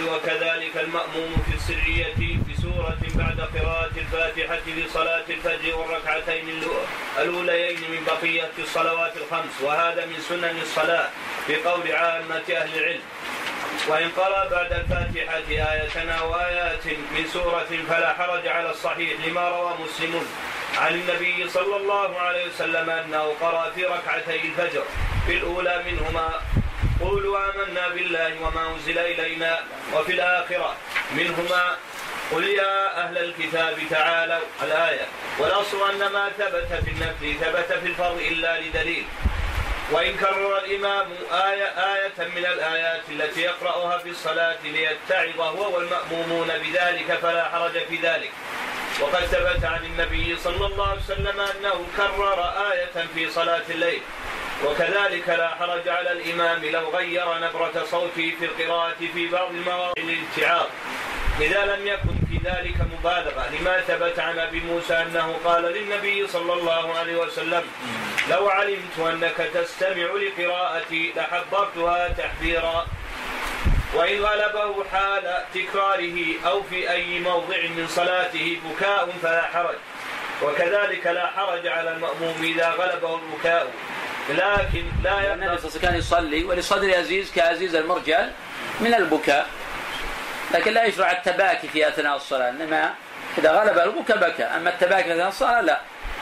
وكذلك المأموم في السرية في سورة بعد قراءة الفاتحة في صلاة الفجر والركعتين الأوليين من بقية الصلوات الخمس، وهذا من سنن الصلاة بقول عامة أهل العلم. وإن قرأ بعد الفاتحة آية أو آيات من سورة فلا حرج على الصحيح، لما روى مسلم عن النبي صلى الله عليه وسلم أنه قرأ في ركعتي الفجر في الأولى منهما قولوا آمنا بالله وما أنزل إلينا، وفي الآخرة منهما قل يا أهل الكتاب تعالوا الآية. والأصل أن ما ثبت في النفل ثبت في الفرض إلا لدليل. وإن كرر الإمام آية من الآيات التي يقرأها في الصلاة ليتعظ هو والمأمومون بذلك فلا حرج في ذلك. وقد ثبت عن النبي صلى الله عليه وسلم أنه كرر آية في صلاة الليل. وكذلك لا حرج على الإمام لو غير نبرة صوته في القراءة في بعض المواضع للاتعاظ إذا لم يكن في ذلك مبالغة، لما ثبت عن أبي موسى أنه قال للنبي صلى الله عليه وسلم لو علمت أنك تستمع لقراءتي لحبرتها تحبيرا. وإن غلبه حال تكراره أو في أي موضع من صلاته بكاء فلا حرج، وكذلك لا حرج على المأموم إذا غلبه البكاء، لكن لا النبي كان يصلي ولصدر عزيز كعزيز المرجل من البكاء، لكن لا يشرع التباكي في أثناء الصلاة، إنما إذا غلب البكاء بكى، أما التباكي في أثناء الصلاة لا.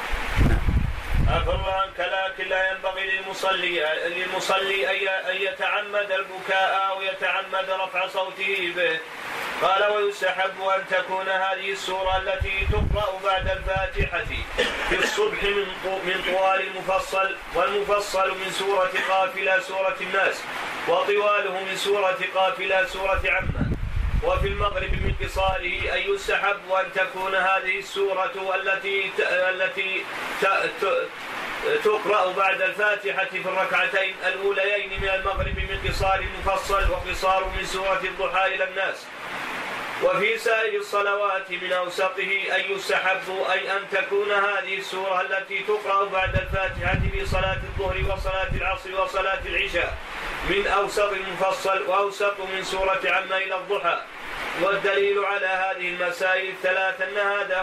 عفى الله عنك، لكن لا ينبغي للمصلي أن يتعمد البكاء أو يتعمد رفع صوته به. قال ويستحب أن تكون هذه السورة التي تقرأ بعد الفاتحة في الصبح من طوال المفصل، والمفصل من سورة قافلة سورة الناس، وطواله من سورة قافلة سورة عامة. وفي المغرب من قصاره أن يستحب أن تكون هذه السورة التي تقرأ بعد الفاتحة في الركعتين الأوليين من المغرب من قصار المفصل، وقصار من سورة الضحى إلى الناس. وفي سائر الصلوات من أوسطه أن يستحب أي أن تكون هذه السورة التي تقرأ بعد الفاتحة في صلاة الظهر وصلاة العصر وصلاة العشاء من أوسط المفصل، وأوسط من سورة عامة إلى الضحى. والدليل على هذه المسائل الثلاث أن هذا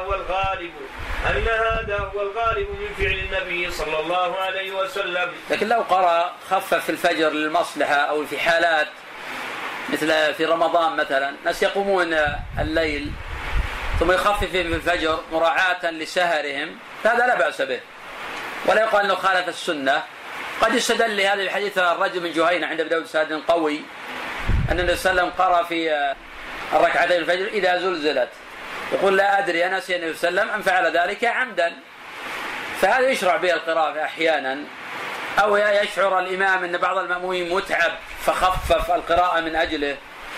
هو الغالب من فعل النبي صلى الله عليه وسلم. لكن لو قرأ خفف في الفجر للمصلحة أو في حالات مثل في رمضان مثلا ناس يقومون الليل ثم يخفف في الفجر مراعاة لسهرهم، فهذا لا بأس به ولا يقال أنه خالف السنة. قد يستدل لهذا الحديث الرجل من جهينة عند أبي داود سند قوي أن النبي صلى الله عليه وسلم قرأ في الركعتين الفجر إذا زلزلت، يقول لا أدري أنا سيدنا النبي صلى الله عليه وسلم أم فعل ذلك عمدا، فهذا يشرع به القراءة أحيانا. أو يشعر الإمام أن بعض المأمومين متعب فخفف القراءة من أجله،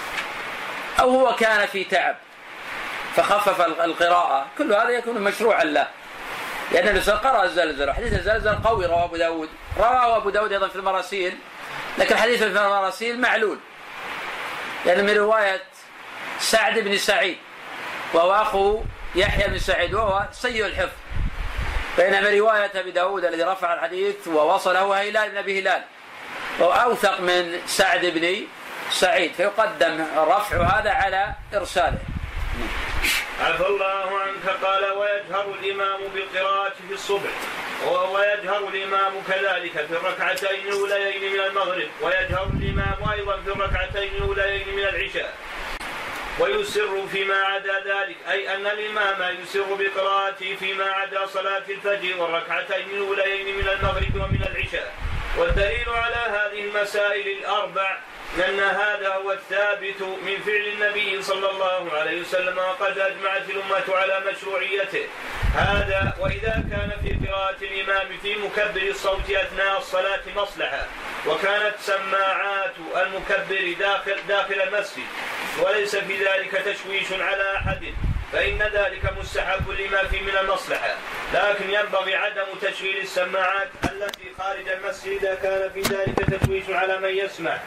أو هو كان في تعب فخفف القراءة، كل هذا يكون مشروعا له، لأن النبي صلى الله عليه وسلم قرأ الزلزلة. حديث الزلزلة قوي رواه أبو داود، رواه أبو داود أيضا في المراسيل، لكن حديث في المراسيل معلول، لأن من رواية سعد بن سعيد وهو أخو يحيى بن سعيد وهو سيء الحفظ، بينما رواية أبي داود الذي رفع الحديث ووصله هلال بن أبي هلال وهو أوثق من سعد بن سعيد، فيقدم رفع هذا على إرساله. عفى الله عنك. قال ويجهر الإمام بالقراءة في الصبح، ويجهر الإمام كذلك في الركعتين الأوليين من المغرب، ويجهر الإمام أيضا في الركعتين الأوليين من العشاء، ويسر فيما عدا ذلك، أي أن الإمام يسر بقراءته فيما عدا صلاة الفجر والركعتين الأوليين من المغرب ومن العشاء. والدليل على هذه المسائل الأربع لأن هذا هو الثابت من فعل النبي صلى الله عليه وسلم، وقد أجمعت الأمة على مشروعيته هذا. وإذا كان في قراءة الإمام في مكبر الصوت أثناء الصلاة مصلحة، وكانت سماعات المكبر داخل المسجد وليس في ذلك تشويش على أحد، فإن ذلك مستحب لما في من المصلحة، لكن ينبغي عدم تشغيل السماعات التي خارج المسجد إذا كان في ذلك تشويش على من يسمع.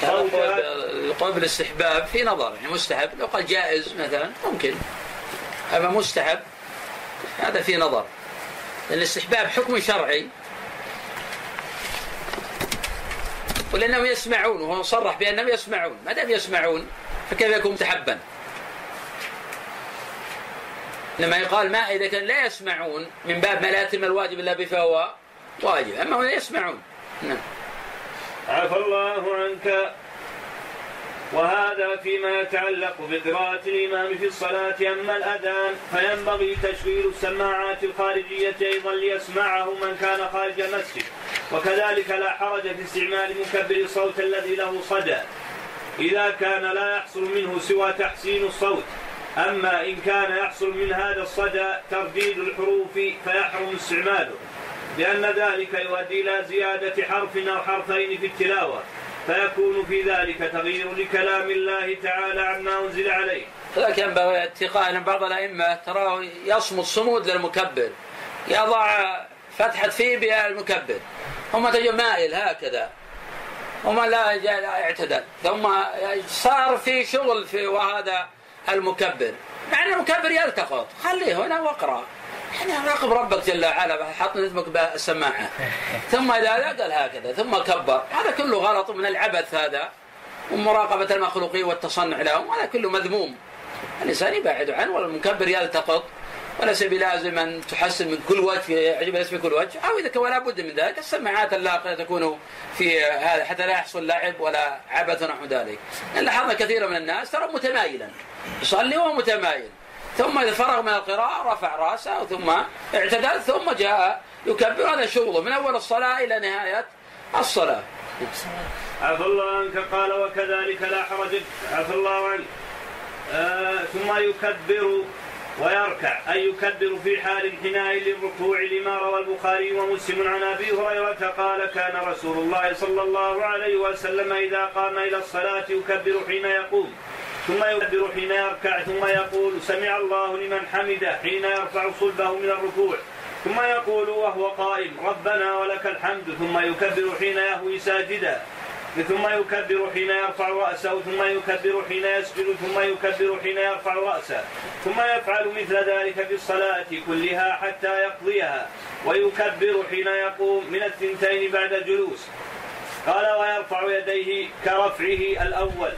القول بالاستحباب في نظر، يعني مستحب لو قال جائز مثلا ممكن، أما مستحب هذا في نظر، لأن الاستحباب حكم شرعي، ولأنهم يسمعون، وهو صرح بأنهم يسمعون، ما دام يسمعون فكيف يكون مستحبا؟ لما يقال ما إذا كان لا يسمعون من باب ما لا يتم الواجب إلا به فهو واجب، أما هم يسمعون. نعم. عفى الله عنك. وهذا فيما يتعلق بقراءة الإمام في الصلاة. أما الأذان فينبغي تشغيل السماعات الخارجية أيضا ليسمعه من كان خارج المسجد، وكذلك لا حرج في استعمال مكبر الصوت الذي له صدى إذا كان لا يحصل منه سوى تحسين الصوت. أما إن كان يحصل من هذا الصدى ترديد الحروف فيحرم استعماله، لأن ذلك يؤدي إلى زيادة حرف أو حرفين في التلاوة، فيكون في ذلك تغيير لكلام الله تعالى عما أنزل عليه. لكن ينبغي اتقاء أن بعض الأئمة تراه يصمد صمود للمكبر، يضع فتحة فيه بالمكبر، هم تجد مائل هكذا، هم لا اعتدل، ثم صار في شغل في وهذا المكبر، مع أن المكبر يلتقط، خليه هنا واقرأ، يعني راقب ربك جل وعلا، حط نسمك بالسماعة، ثم إذا قال هكذا ثم كبر، هذا كله غلط من العبث هذا، ومراقبة المخلوقين والتصنع لهم، هذا كله مذموم، الإنسان يبعد عنه، والمكبر يلتقط، وليس بلازم أن تحسن من كل وجه، يعجب الناس بكل وجه، أو إذا كان ولا بد من ذلك السماعات اللاقية تكون في هذا حتى لا يحصل لعب ولا عبث نحو ذلك. لاحظنا كثير من الناس ترى متمايلا، يصلي وهو متمايل، ثم إذا فرغ من القراءة رفع رأسه ثم اعتدل ثم جاء يكبر، هذا شغله من أول الصلاة إلى نهاية الصلاة. عفى الله عنك. قال وكذلك لا حرج. عفى الله عنك. ثم يكبر ويركع، أي يكبر في حال انحناء للركوع، لما روى البخاري ومسلم عن أبي هريرة قال كان رسول الله صلى الله عليه وسلم إذا قام إلى الصلاة يكبر حين يقوم، ثم يكبر حين يركع، ثم يقول سمع الله لمن حمده حين يرفع صلبه من الركوع، ثم يقول وهو قائم ربنا ولك الحمد، ثم يكبر حين يهوي ساجدا، ثم يكبر حين يرفع رأسه، ثم يكبر حين يسجد، ثم يكبر حين يرفع رأسه، ثم يفعل مثل ذلك في الصلاة كلها حتى يقضيها، ويكبر حين يقوم من الثنتين بعد الجلوس. قال ويرفع يديه كرفعه الأول،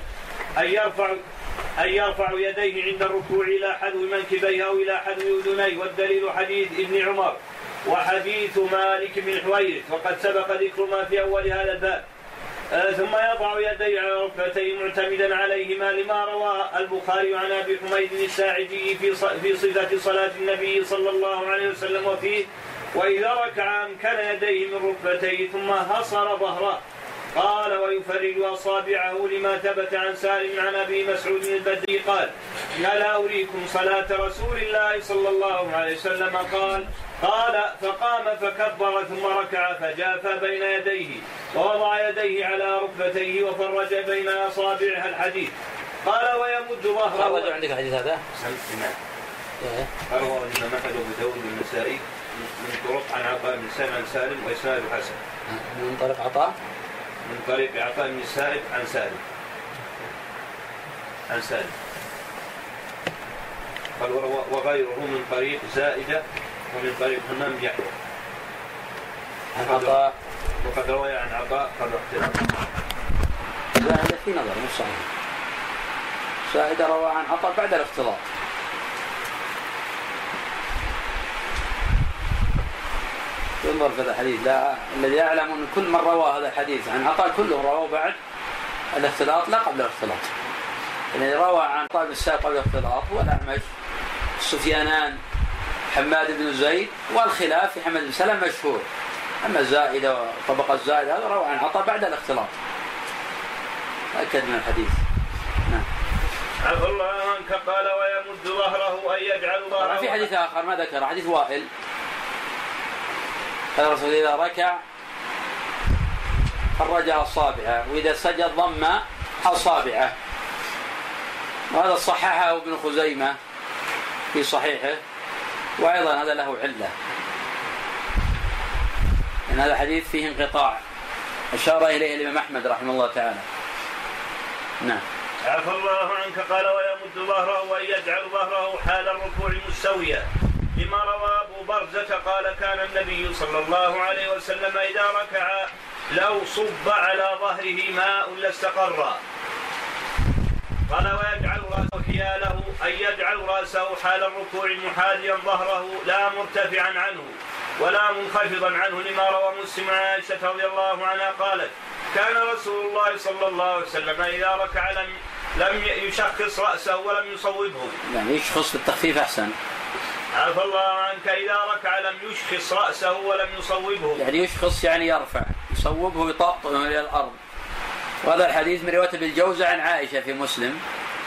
أي يرفع يديه عند الركوع إلى حذو منكبيه أو إلى حذو أذنيه، والدليل حديث ابن عمر وحديث مالك بن حويرث، وقد سبق ذكر ما في أول هذا الباب. ثم يضع يديه على ركبتيه معتمدا عليهما، لما روى البخاري عن أبي حميد الساعدي في صفة صلاة النبي صلى الله عليه وسلم، وفيه وإذا ركع أمكن يديه من ركبتيه ثم هصر ظهره. قال ويفرج أصابعه، لما ثبت عن سالم عن أبي مسعود البدري قال لا أريكم صلاة رسول الله صلى الله عليه وسلم. قال فقام فكبر ثم ركع فجاف بين يديه ووضع يديه على ركبتيه وفرج بين أصابعها الحديث. قال ويمد ظهره. خرج عندك الحديث هذا؟ رواه الإمام أحمد وأبو داود والنسائي من طرق عن عطاء بن سالم عن سالم وإسناده حسن. من طريق عطاء؟ من طريق عطاء بن سالم عن سالم. قال وغيره من طريق زائدة ومن طريق همام بن يحيى عن عطاء، وقد روى عن عطاء قد اختلف. زائدة في نظر مش صحيح، زائدة روى عن عطاء بعد الاختلاط. ينظر في هذا الحديث، لا الذي يعلم أن كل من روى هذا الحديث عن عطاء كله رواه بعد الاختلاط لا قبل الاختلاط. يعني روى عن عطاء بن السائب قبل الاختلاط هو الأعمش، سفيانان، حماد بن زيد، والخلاف في حماد بن سلمة مشهور. أما الزائدة وطبقة الزائدة هذا روى عن عطاء بعد الاختلاط، أكد من الحديث. نعم. عفى الله عنك. قال ويمد ظهره، أي يجعل ظهره. في حديث آخر ما ذكر، حديث وائل قال الرسول إذا ركع فرج أصابعه وإذا سجد ضم أصابعه، وهذا صححه ابن خزيمة في صحيحه، وأيضا هذا له علة، إن هذا الحديث فيه انقطاع أشار إليه الإمام أحمد رحمه الله تعالى. نعم. عفى الله عنك. قال ويمد ظهره، وأن يجعل ظهره حال الركوع مستويا، لما روى أبو برزة قال كان النبي صلى الله عليه وسلم إذا ركع لو صب على ظهره ماء لاستقر. قال وكياله أن يجعل رأسه حال الركوع محاذيا ظهره لا مرتفعا عنه ولا منخفضا عنه، لما روى مسلم عن عائشة رضي الله عنها قالت: كان رسول الله صلى الله عليه وسلم إذا ركع لم يشخص رأسه ولم يصوبه. يعني يشخص بالتخفيف أحسن. عفى الله عنك. إذا ركع لم يشخص رأسه ولم يصوبه. يعني يشخص يعني يرفع، يصوبه يطأطئه إلى الأرض. وهذا الحديث من رواية ابن الجوزة عن عائشة في مسلم،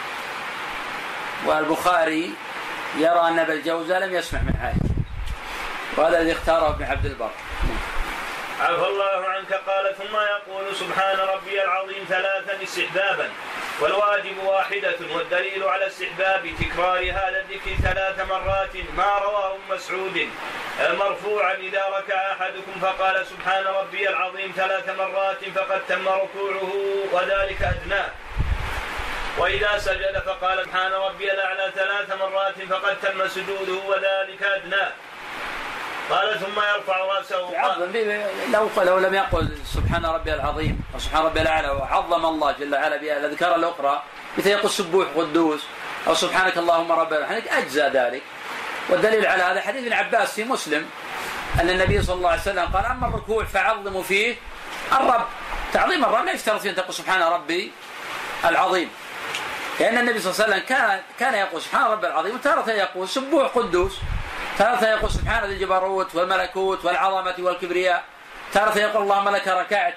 والبخاري يرى أن ابن الجوزة لم يسمع من عائشة، وهذا الذي اختاره ابن عبد البر. عفى الله عنك. قال: ثم يقول سبحان ربي العظيم ثلاثا استحبابا، والواجب واحدة، والدليل على استحباب تكرار هذا الذكر 3 مرات ما رواه ابن مسعود مرفوعا: إذا ركع أحدكم فقال سبحان ربي العظيم 3 مرات فقد تم ركوعه وذلك أدناه، وإذا سجد فقال سبحان ربي الأعلى 3 مرات فقد تم سجوده وذلك أدناه. قال: ثم يرفع رأسه. لو لم يقل سبحان ربي العظيم أو سبحان ربي الأعلى وعظم الله جل وعلا بها الأذكار الأخرى، مثل يقول سبوح قدوس أو سبحانك اللهم ربنا ولحمدك، أجزاء ذلك. والدليل على هذا حديث ابن عباس في مسلم أن النبي صلى الله عليه وسلم قال: أما الركوع فعظموا فيه الرب. تعظيم الرب لا يشترط فيه أن تقول سبحان ربي العظيم، لأن النبي صلى الله عليه وسلم كان يقول سبحان ربي العظيم، وتارة يقول سبوح قدوس، تارة يقول سبحان ذي الجبروت والملكوت والعظمة والكبرياء، تارة يقول اللهم لك ركعت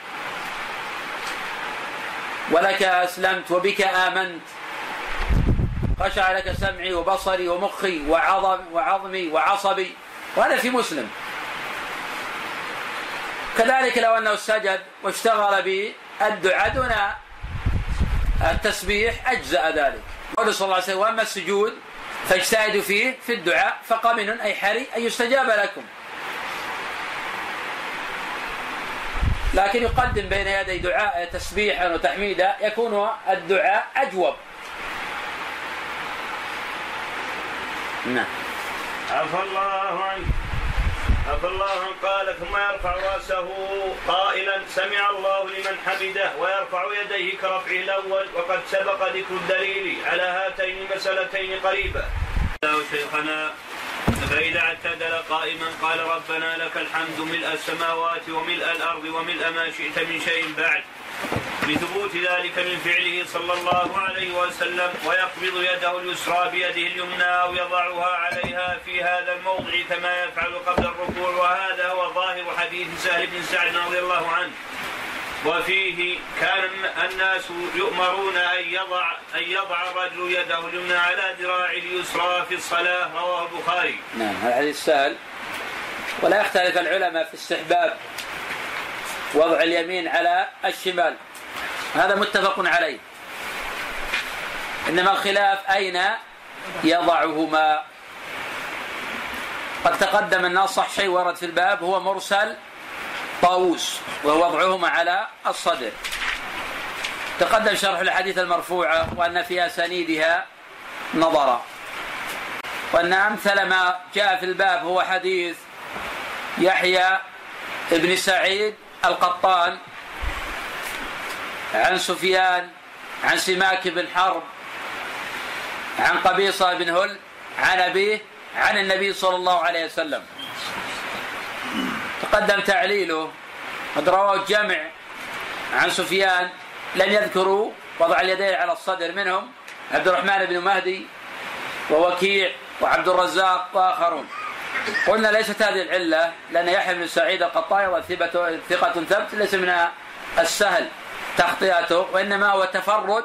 ولك أسلمت وبك آمنت، خشع لك سمعي وبصري ومخي وعظمي وعصبي، وهذا في مسلم. كذلك لو أنه سجد واشتغل بالدعاء دون التسبيح أجزأ ذلك. قال صلى الله عليه وسلم: وأما السجود فاجتهدوا فيه في الدعاء فقمن أي حري أن يستجاب لكم. لكن يقدم بين يدي دعاء تسبيحا وتحميدا يكون الدعاء أجوب. نعم. عفى الله عنه. قال: ثم يرفع رأسه قائلا سمع الله لمن حمده، ويرفع يديه كرفعه الأول، وقد سبق ذكر الدليل على هاتين المسألتين قريبا. شيخنا: فإذا اعتدل قائما قال ربنا لك الحمد ملء السماوات وملء الأرض وملء ما شئت من شيء بعد، لثبوت ذلك من فعله صلى الله عليه وسلم، ويقبض يده اليسرى بيده اليمنى أو يضعها عليها في هذا الموضع كما يفعل قبل الركوع، وهذا هو ظاهر حديث سهل بن سعد رضي الله عنه. وفيه كان الناس يؤمرون أن يضع الرجل يده اليمنى على ذراعه اليسرى في الصلاة، رواه البخاري. نعم، هذا حديث سهل. ولا يختلف العلماء في استحباب وضع اليمين على الشمال، هذا متفق عليه، إنما الخلاف أين يضعهما. قد تقدم أن أصح شيء ورد في الباب هو مرسل طاووس، وهو وضعهما على الصدر. تقدم شرح الحديث المرفوعة وأن في أسانيدها نظرا، وأن أمثل ما جاء في الباب هو حديث يحيى ابن سعيد القطان عن سفيان عن سماك بن حرب عن قبيصة بن هل عن أبيه عن النبي صلى الله عليه وسلم. تقدم تعليله، قد رواه الجمع عن سفيان لم يذكروا وضع اليدين على الصدر، منهم عبد الرحمن بن مهدي ووكيع وعبد الرزاق وآخرون. قلنا ليست هذه العلة، لأن يحيى بن سعيد القطان ثقة ثبت، ليس من السهل تخطئته، وإنما هو تفرد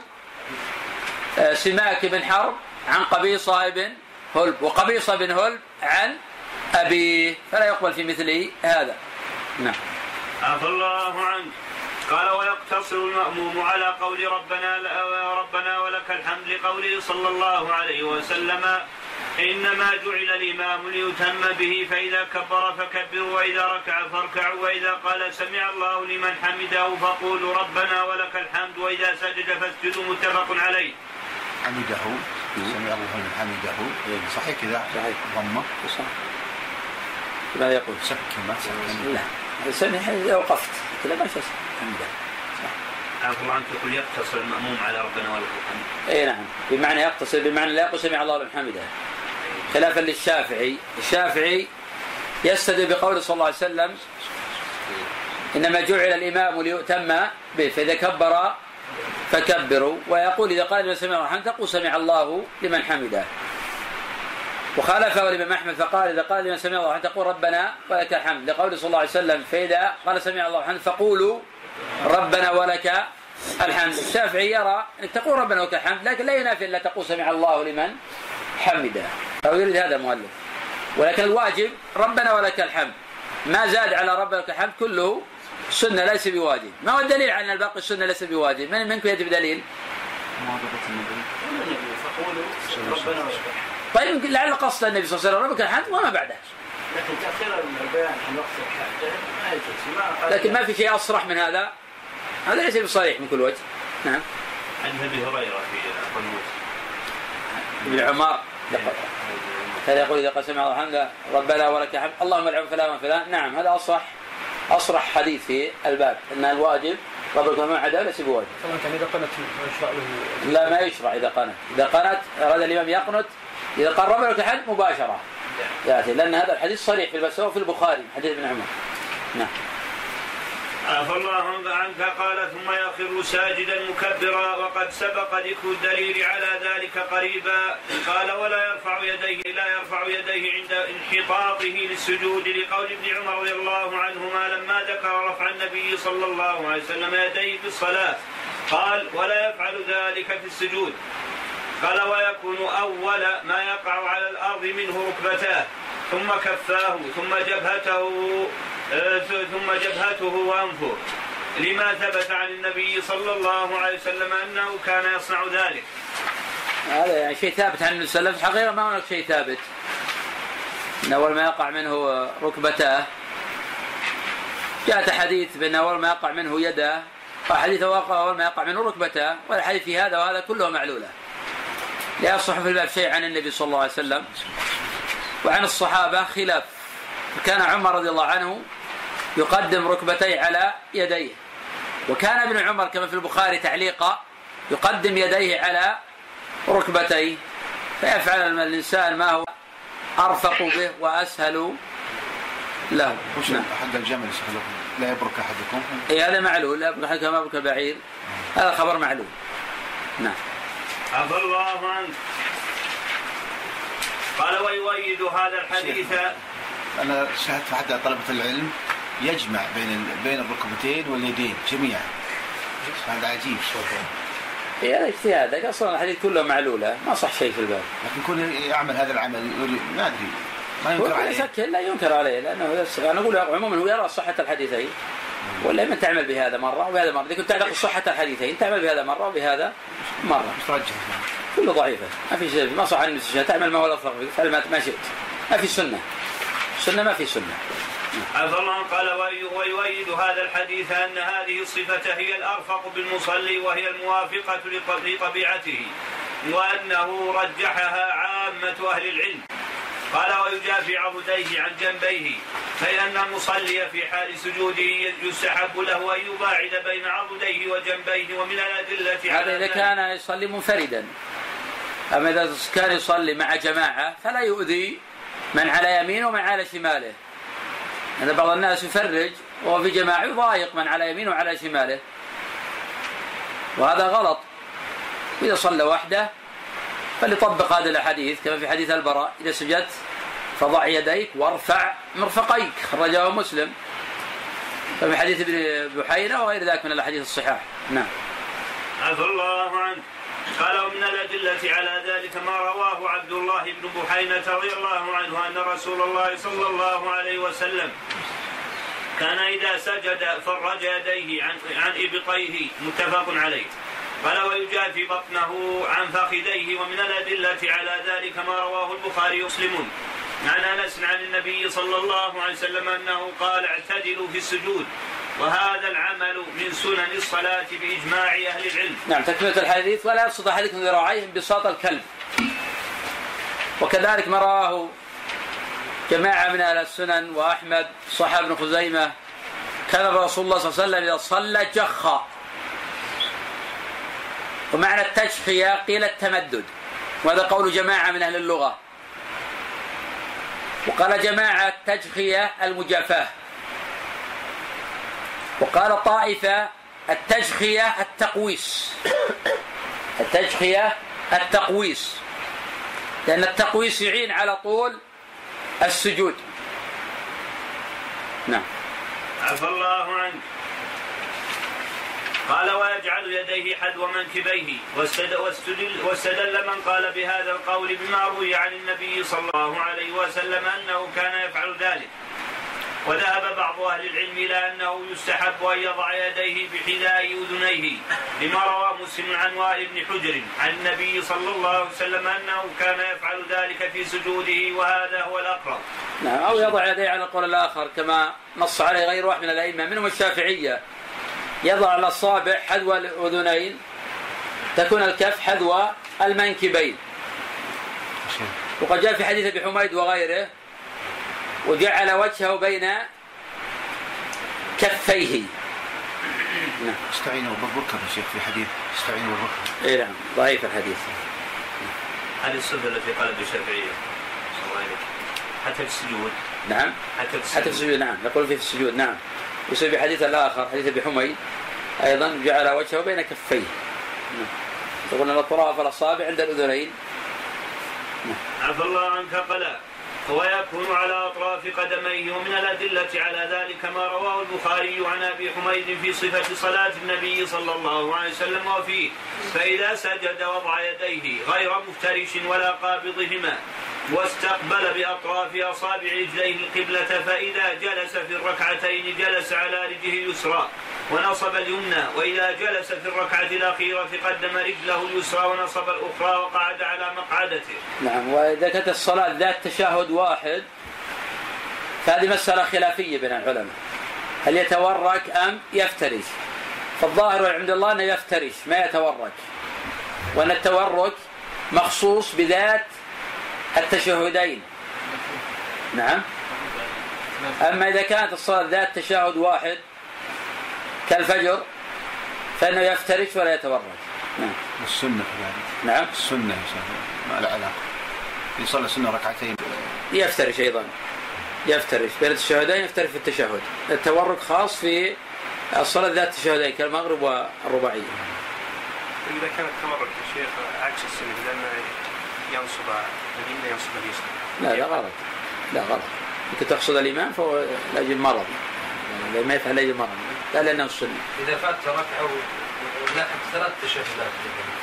سماك بن حرب عن قبيصة بن هلب، وقبيصة بن هلب عن أبيه، فلا يقبل في مثله هذا. نعم. عفى الله عنه. قال: ويقتصر المأموم على قول ربنا ولك الحمد، لقوله صلى الله عليه وسلم: إنما جعل الإمام ليتم به، فإذا كبر فكبروا، وإذا ركع فاركعوا، وإذا قال سمع الله لمن حمده فقولوا ربنا ولك الحمد، وإذا سجد فاسجدوا، متفق عليه. حمده سمع الله لمن حمده، صحيح كذا؟ صحيح. ضمه صح. ماذا يقول؟ سكن ما سكن. لا، سمع وقفت كذا ما شاء حمده. عفوا الله عنك يقول يقتصر المأموم على ربنا ولك الحمد. اي نعم، بمعنى يقتصر بمعنى لا يقول سمع الله لمن حمده، خلافا للشافعي. الشافعي يستدل بقول صلى الله عليه وسلم إنما جعل الإمام ليؤتم به، فإذا كبر فكبروا، ويقول إذا قال لمن سمع الله حمده تقول سمع الله لمن حمده. وخالفه الإمام أحمد فقال إذا قال لمن سمع الله حمده تقول ربنا ولك الحمد، لقول صلى الله عليه وسلم فإذا قال سمع الله حمده فقولوا ربنا ولك الحمد. الشافعي يرى أنك تقول ربنا ولك الحمد، لكن لا ينافي إلا تقول سمع الله لمن حمده، أو يريد هذا المؤلف. ولكن الواجب ربنا ولك الحمد، ما زاد على ربنا ولك الحمد كله سنة ليس بواجب. ما هو الدليل على أن الباقي السنة ليس بواجب؟ من منكم يجب دليل؟ طيب لعل قصد النبي صلى الله عليه وسلم ربك الحمد وما بعده، لكن تأخير البيان عن وقت الحاجة ما يجوز. لكن ما في شيء أصرح من هذا، هذا ليس بصريح من كل وجه. نعم. عن أبي هريرة في قنوت ابن عمر كان يقول إذا قال سمع الله الحمد ربنا ولك الحمد اللهم العب فلان وفلان. نعم، هذا أصرح حديث في الباب أن الواجب ربك وما عدا ليس بواجب. إذا قنت يشرع له؟ لا، ما يشرع إذا قنت. إذا قنت أراد الإمام يقنت إذا قال ربنا ولك الحمد مباشرة يأتي، لأن هذا الحديث صريح في الباب في البخاري حديث ابن عمر. نعم. عفى الله عنك. قال ثم يخر ساجدا مكبرا، وقد سبق ذكر الدليل على ذلك قريبا. قال ولا يرفع يديه عند انحطاطه للسجود، لقول ابن عمر رضي الله عنهما لما ذكر رفع النبي صلى الله عليه وسلم يديه في الصلاة قال ولا يفعل ذلك في السجود. قال ويكون أول ما يقع على الأرض منه ركبتاه ثم كفاه ثم جبهته وأنفه، لما ثبت عن النبي صلى الله عليه وسلم أنه كان يصنع ذلك. هذا يعني شيء ثابت عن النبي صلى الله عليه وسلم، حقيقة ما هناك شيء ثابت أن أول ما يقع منه ركبتاه. جاءت حديث بأن أول ما يقع منه يده، وحديث أول ما يقع منه ركبتاه، والحديث في هذا وهذا كله معلولة. لا يصح في الباب شيء عن النبي صلى الله عليه وسلم وعن الصحابة خلاف. كان عمر رضي الله عنه يقدم ركبتيه على يديه، وكان ابن عمر كما في البخاري تعليقا يقدم يديه على ركبتيه، فيفعل الإنسان ما هو أرفق به وأسهل له. حق الجمل لا يبرك أحدكم. هذا معلول، لا يبرك أحدكم كما يبرك بعير، هذا خبر معلول. نعم. عفى الله عنك. قال ويؤيد هذا الحديث. أنا شاهدت حتى طلبة العلم يجمع بين الركبتين واليدين جميعا، هذا عجيب. هذا اجتهاد، أصلا الحديث كله معلولة، ما صح شيء في الباب. لكن كون يعمل هذا العمل ما أدري، ما ينكر عليه. لا ينكر عليه، لأنه أنا أقول عموما هو يرى صحة الحديثين، ولا من تعمل بهذا مرة وبهذا مرة. إذا كنت تعتقد صحة الحديثين تعمل بهذا مرة وبهذا مرة. كله ضعيفة، ما في شيء، ما صح عن النبي، تعمل ما هو الأفضل، تعمل ما شئت، ما في سنة ما في سنة. الله قال ويؤيد هذا الحديث أن هذه الصفة هي الأرفق بالمصلي وهي الموافقة لطبيعته، وأنه رجحها عامة أهل العلم. قال ويجافي عضديه عن جنبيه، فإن المصلي في حال سجوده يستحب له أن يباعد بين عضديه وجنبيه. ومن الأدلة هذا إذا كان يصلي منفردا، أما إذا كان يصلي مع جماعة فلا يؤذي من على يمينه ومن على شماله. أن بعض الناس يفرج وهو في جماعة يضايق من على يمينه وعلى شماله، وهذا غلط. إذا صلى وحده فليطبق هذا الحديث كما في حديث البراء إذا سجدت فضع يديك وارفع مرفقيك، خرجه مسلم، ففي حديث ابن بحيرة وغير ذلك من الحديث الصحاح. نعم. عفى الله عنه. قال ومن الأدلة على ذلك ما رواه عبد الله بن بحينة رضي الله عنه أن رسول الله صلى الله عليه وسلم كان إذا سجد فرج يديه عن إبطيه، متفق عليه. قال ويجافي بطنه عن فخذيه. ومن الأدلة على ذلك ما رواه البخاري ومسلم عن أنس عن النبي صلى الله عليه وسلم أنه قال اعتدلوا في السجود، وهذا العمل من سنن الصلاة بإجماع أهل العلم. نعم. تكملة الحديث ولا يبسط أحدكم ذراعيه انبساط الكلب. وكذلك ما رواه جماعة من أهل السنن ومعنى التجخية قيل التمدد، وهذا قول جماعة من أهل اللغة. وقال جماعة التجخية المجافاة، وقال طائفة التجخية التقويس. التجخية التقويس، لأن التقويس يعين على طول السجود. نعم. عفى الله عنك. قال ويجعل يديه حذو منكبيه، واستدل من قال بهذا القول بما روي عن النبي صلى الله عليه وسلم أنه كان يفعل ذلك. وذهب بعض أهل العلم إلى أنه يستحب أن يضع يديه بحذاء أذنيه، لما روى مسلم عن وائل بن حجر عن النبي صلى الله عليه وسلم أنه كان يفعل ذلك في سجوده، وهذا هو الأقرب. نعم. أو يضع يديه على القول الآخر كما نص عليه غير واحد من الأئمة منهم الشافعية، يضع الأصابع حذو الأذنين، تكون الكف حذو المنكبين. وقد جاء في حديث ابي حميد وغيره وجعل وجهه بين كفيه. نعم. استعينوا بالركب يا شيخ، في حديث استعينوا بالركب. اي نعم، ضعيف الحديث. هذه الصفة التي قالت الشافعية حتى في السجود. نعم، حتى في السجود. نعم، يقول في السجود. نعم. يصير بحديث الآخر حديث ابي حميد أيضا جعل وجهه بين كفيه. يقول أن الأطراف الأصابع عند الأذنين. عفى الله عنك. قال ويكون على أطراف قدميه. ومن الأدلة على ذلك ما رواه البخاري عن أبي حميد في صفة صلاة النبي صلى الله عليه وسلم وفيه: فإذا سجد وضع يديه غير مفترش ولا قابضهما، واستقبل بأطراف أصابع رجليه القبلة، فإذا جلس في الركعتين جلس على رجله اليسرى ونصب اليمنى، وإذا جلس في الركعة الأخيرة فقدم رجله اليسرى ونصب الأخرى وقعد على مقعدته. نعم. وإذا كانت الصلاة ذات تشهد واحد فهذه مسألة خلافية بين العلماء، هل يتورك أم يفترش؟ فالظاهر عند الله أنه يفترش ما يتورك، وأن التورك مخصوص بذات التشهدين. نعم. أما إذا كانت الصلاة ذات تشهد واحد كالفجر فإنه يفترش ولا يتورك. نعم. السنة يعني. نعم. السنة يا شيخ ما له علاقة. يصلي سنة ركعتين يفترش أيضا، يفترش بين التشهدين، يفترش في التشهد. التورك خاص في الصلاة ذات التشهدين كالمغرب والرباعية. إذا كان التورك يا شيخ عكس السنة لأنه ينصب اليمين ينصب اليسرى. لا غلط. لا غلط. ممكن تقصد الإمام فهو لأجل مرض، يعني ما يفعل لأجل مرض، لا لأنه السنة. إذا فات ركعة ولحق 3 تشهدات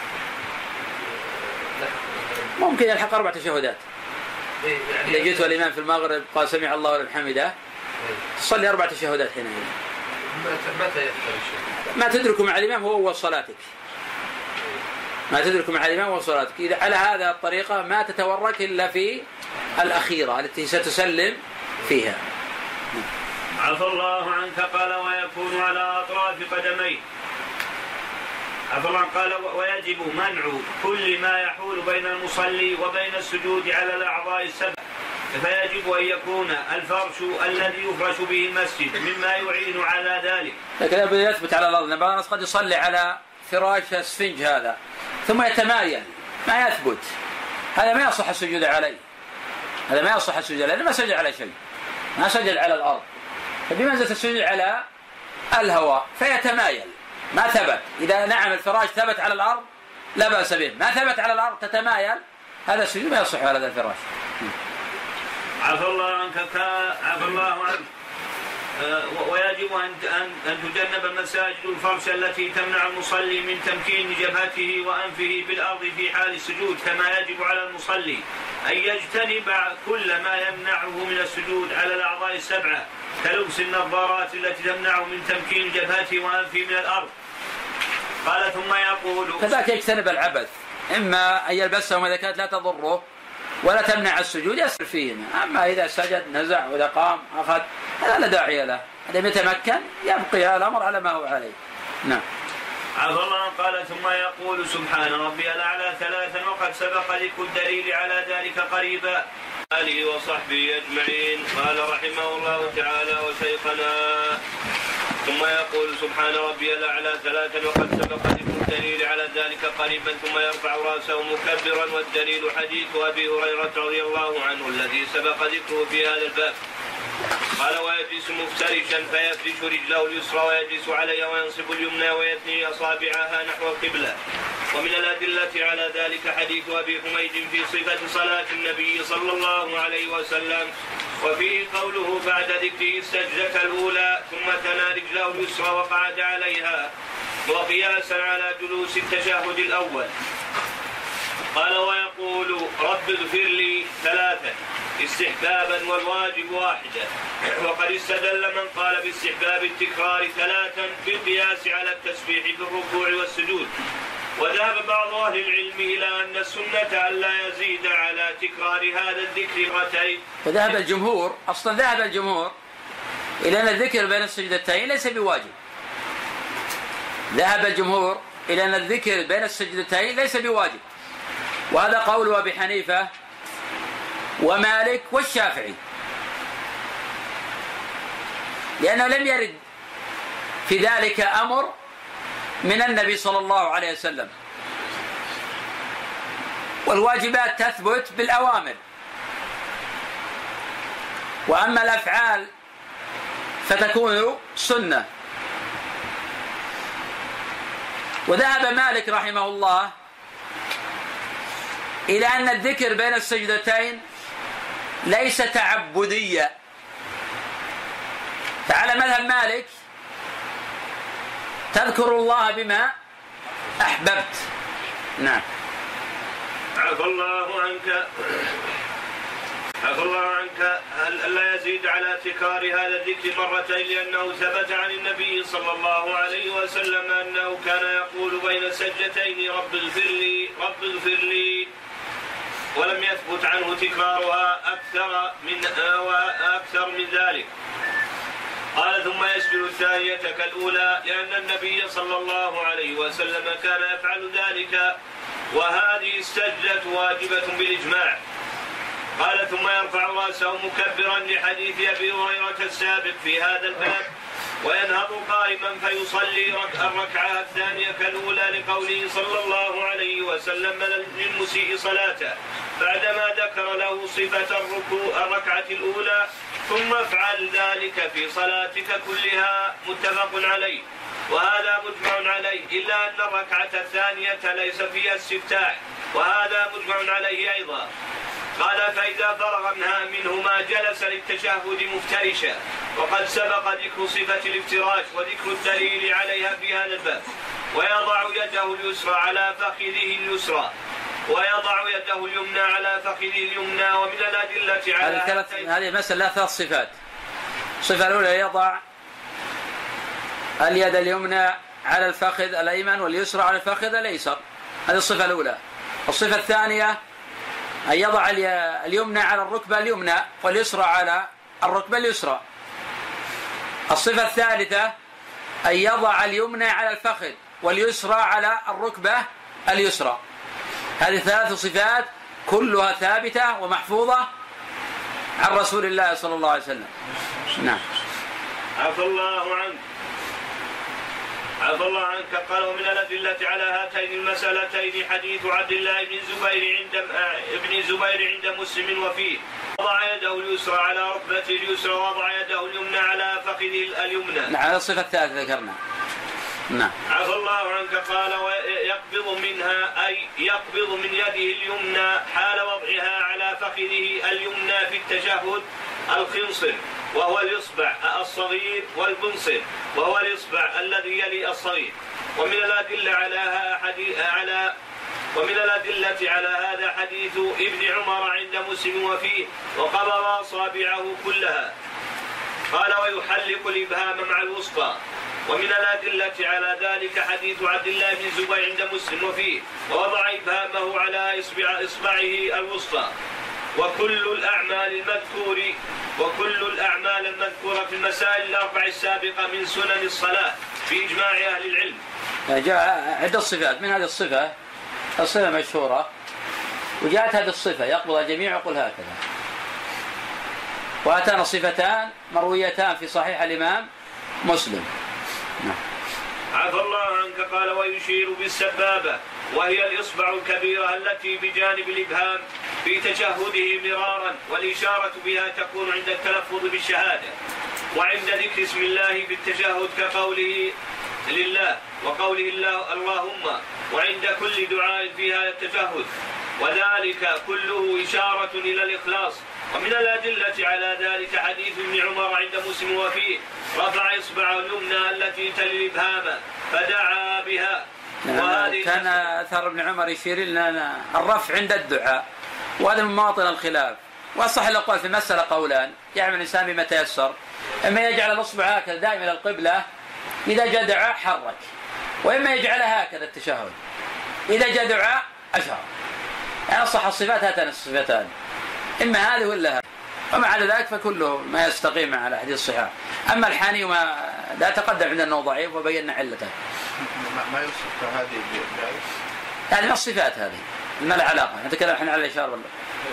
ممكن يلحق 4 تشهدات. يعني إذا جئت والإمام في المغرب قال سمع الله لمن حمده تصلي 4 تشهدات حينئذ. متى يفترش؟ ما تدرك مع الإمام هو أول صلاتك. ما تدرك مع الإمام هو صلاتك. إذا على هذا الطريقة ما تتورك إلا في الأخيرة التي ستسلم فيها. عفى الله عنك. قال ويكون على أطراف قدميه. عفى الله. قال ويجب منع كل ما يحول بين المصلي وبين السجود على الأعضاء السبع، فيجب أن يكون الفرش الذي يفرش به المسجد مما يعين على ذلك. لكن يبدأ يثبت على الأرض. بعض الناس قد يصلي على فراش السفنج هذا ثم يتمايل، ما يثبت، هذا ما يصح السجود عليه. هذا ما يصح السجود عليه، ما سجد على شيء، ما سجد على الأرض، فبمنزلة السجود على الهواء فيتمايل، ما ثبت. إذا نعم الفراش ثبت على الأرض لا بأس به، ما ثبت على الأرض تتمايل، هذا السجود ما يصح على هذا الفراش. عفى الله عنك. عفى الله عنك. ويجب أن تجنب المساجد الفرش التي تمنع المصلي من تمكين جبهته وأنفه بالأرض في حال السجود، كما يجب على المصلي أن يجتنب كل ما يمنعه من السجود على الأعضاء السبعة، كلبس النظارات التي تمنعه من تمكين جبهته وأنفه من الأرض. قال ثم يقول كذلك يجتنب العبث، إما أن يلبسهم إذا كانت لا تضره ولا تمنع السجود يسر فيهما. أما إذا سجد نزع وإذا قام أخذ هذا لا داعي له، إذا يتمكن يبقي الأمر على ما هو عليه. نعم. عفى الله. قال ثم يقول سبحان ربي الأعلى 3، وقد سبق ذكر الدليل على ذلك قريبا. آله وصحبه أجمعين. قال رحمه الله تعالى: وشيخنا ثم يقول سبحان ربي الأعلى 3 وقد سبق ذكر الدليل على ذلك قريبا، ثم يرفع رأسه مكبرا، والدليل حديث أبي هريرة رضي الله عنه الذي سبق ذكره في هذا الباب. قال ويجلس مفترشا فيفرش رجله اليسرى ويجلس عليها وينصب اليمنى ويثني أصابعها نحو القبلة. ومن الأدلة على ذلك حديث أبي حميد في صفة صلاة النبي صلى الله عليه وسلم، وفيه قوله بعد ذكره السجدة الأولى ثم ثنى رجله اليسرى وقعد عليها، وقياسا على جلوس التشهد الأول. قال ويقول رب اغفر لي 3 استحبابا والواجب 1. وقد استدل من قال باستحباب التكرار 3 بالقياس على التسبيح في الركوع والسجود. وذهب بعض أهل العلم إلى أن السنة ألا يزيد على تكرار هذا الذكر مرتين. وذهب الجمهور، أصلا ذهب الجمهور إلى أن الذكر بين السجدتين ليس بواجب. ذهب الجمهور إلى أن الذكر بين السجدتين ليس بواجب، وهذا قول أبي حنيفة ومالك والشافعي، لأنه لم يرد في ذلك أمر من النبي صلى الله عليه وسلم، والواجبات تثبت بالأوامر، وأما الأفعال فتكون سنة. وذهب مالك رحمه الله إلى أن الذكر بين السجدتين ليس تعبديا، فعلى مذهب مالك تذكر الله بما أحببت. نعم. عفى الله عنك ألا يزيد اعتدال تكرار هذا الذكر مرتين، لأنه ثبت عن النبي صلى الله عليه وسلم أنه كان يقول بين السجدتين رب اغفر لي رب اغفر لي، ولم يثبت عنه تكرارها أكثر من ذلك. قال ثم يسجد الثانية كالأولى، لأن النبي صلى الله عليه وسلم كان يفعل ذلك، وهذه السجدة واجبة بالإجماع. قال ثم يرفع رأسه مكبرا لحديث أبي هريرة السابق في هذا الباب، وينهض قائما فيصلي الركعة الثانية كالأولى، لقوله صلى الله عليه وسلم للمسيء صلاته بعدما ذكر له صفة الركعة الأولى: ثم افعل ذلك في صلاتك كلها. متفق عليه، وهذا مجمع عليه، إلا أن الركعة الثانية ليس فيها استفتاح، وهذا مجمع عليه أيضا. قال فإذا فرغ منهما جلس للتشهد مفترشا، وقد سبق ذكر صفة الافتراش وذكر الدليل عليها في هذا الباب. ويضع يده اليسرى على فخذه اليسرى، ويضع يده اليمنى على فخذه اليمنى. ومن الأدلة على هذه المسألة 3 صفات. الصفة الأولى يضع اليد اليمنى على الفخذ الأيمن واليسرى على الفخذ الأيسر، هذه الصفة الأولى. الصفة الثانية أن يضع اليمنى على الركبة اليمنى واليسرى على الركبة اليسرى. الصفة الثالثة أن يضع اليمنى على الفخذ واليسرى على الركبة اليسرى. هذه 3 صفات كلها ثابتة ومحفوظة عن رسول الله صلى الله عليه وسلم. نعم. عفى الله عنك. قال ومن الأدلة على هاتين المسألتين حديث عبد الله بن زبير عند مسلم، وفيه: وضع يده اليسرى على ركبته اليسرى، وضع يده اليمنى على فخذه اليمنى. نعم، الصفة الثالثة ذكرنا. نعم. عفى الله عنك. قال ويقبض منها، أي يقبض من يده اليمنى حال وضعها على فخذه اليمنى في التشهد الخنصر، وهو الإصبع الصغير، والبنصر وهو الإصبع الذي يلي الصغير. ومن الأدلة على هذا حديث ابن عمر عند مسلم، وفيه: وقبض أصابعه كلها. قال ويحلق الإبهام مع الوسطى. ومن الأدلة على ذلك حديث عبد الله بن زبير عند مسلم، وفيه: ووضع إبهامه على إصبعه الوسطى. وكل الأعمال المذكورة في المسائل ال4 السابقة من سنن الصلاة بإجماع أهل العلم. جاء عدة صفات، من هذه الصفة مشهورة، وجاءت هذه الصفة يقبض الجميع يقول هكذا. وأتانا صفتان مرويتان في صحيح الإمام مسلم. عفى الله عنك. قال ويشير بالسبابة وهي الإصبع الكبيرة التي بجانب الإبهام في تشهده مرارا، والإشارة بها تكون عند التلفظ بالشهادة وعند ذكر اسم الله في التشهد كقوله لله وقوله اللهم، وعند كل دعاء في هذا التشهد، وذلك كله إشارة إلى الإخلاص. ومن الأدلة على ذلك حديث ابن عمر عند مسلم وفيه رفع إصبعه اليمنى التي تلي الإبهام فدعا بها. كان أثر ابن عمر يشير لنا الرفع عند الدعاء، وهذا من مواطن الخلاف. وأصح الأقوال في المسألة قولان: يعمل الإنسان بما تيسر، إما يجعل الأصبع هكذا دائما إلى القبلة إذا جاء دعاء حرك، وإما يجعلها هكذا التشهد إذا جاء دعاء أشار. يعني أصح الصفات هاتان الصفتان، إما هذه ولا هذه، ومع ذلك فكله ما يستقيم على حديث الصحاح. أما الحاني ما لا تقدم عندنا أنه ضعيف وبينا علته. ما يوصف هذه يعني من الصفات هذه ما لها علاقة، نتكلم الحين على الإشارة ولا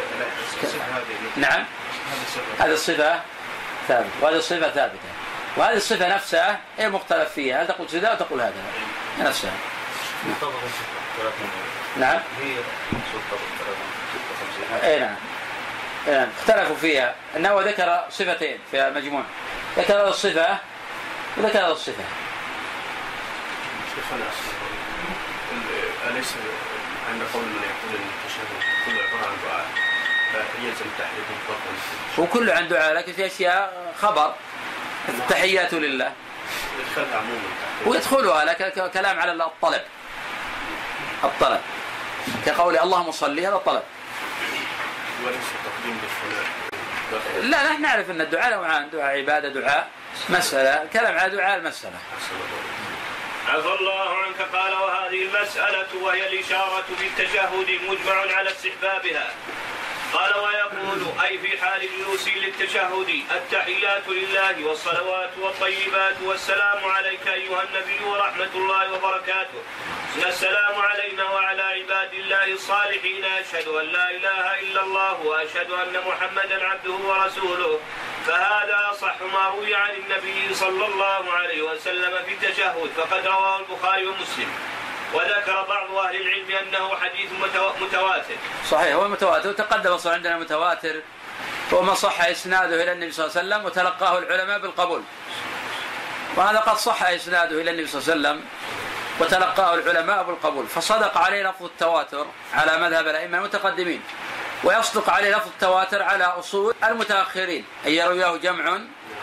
نعم. هذه الصفة ثابتة وهذه الصفة ثابتة، وهذه الصفة نفسها هي مختلف فيها، هل تقول كذا وتقول هذا نفسها. نعم. اي نعم اختلفوا فيها، انه ذكر صفتين في المجموع، ذكر هذه الصفة وذكر هذه الصفة. أليس عند قول من يقول أن التشهد كله عبارة عن دعاء فيلزم التحريك مطلقا؟ وكله عن دعاء، لكن في أشياء خبر التحيات لله يدخلها عموما ويدخلها، لكن كلام على الطلب كقول اللهم صل، هذا الطلب. وليس تقديم بالصلاة. لا نحن نعرف أن الدعاء نوعان: دعاء عبادة، دعاء مسألة. كلام على دعاء المسألة. عفى الله عنك. قال وهذه المسألة وهي الإشارة في التشهد مجمع على استحبابها. قال ويقول أي في حال الجلوس للتشهد: التحيات لله والصلوات والطيبات والسلام عليك أيها النبي ورحمة الله وبركاته، السلام علينا وعلى عباد الله الصالحين، أشهد أن لا إله إلا الله وأشهد أن محمدا عبده ورسوله. فهذا أصح ما روي عن النبي صلى الله عليه وسلم في التشهد، فقد رواه البخاري ومسلم. وذكر بعض أهل العلم أنه حديث متواتر. صحيح، هو متواتر، وتقدم صار عندنا متواتر وما صح إسناده إلى النبي صلى الله عليه وسلم وتلقاه العلماء بالقبول، وهذا قد صح إسناده إلى النبي صلى الله عليه وسلم وتلقاه العلماء بالقبول، فصدق عليه لفظ التواتر على مذهب الأئمة المتقدمين، ويصدق عليه لفظ التواتر على أصول المتأخرين أن يرويه جمع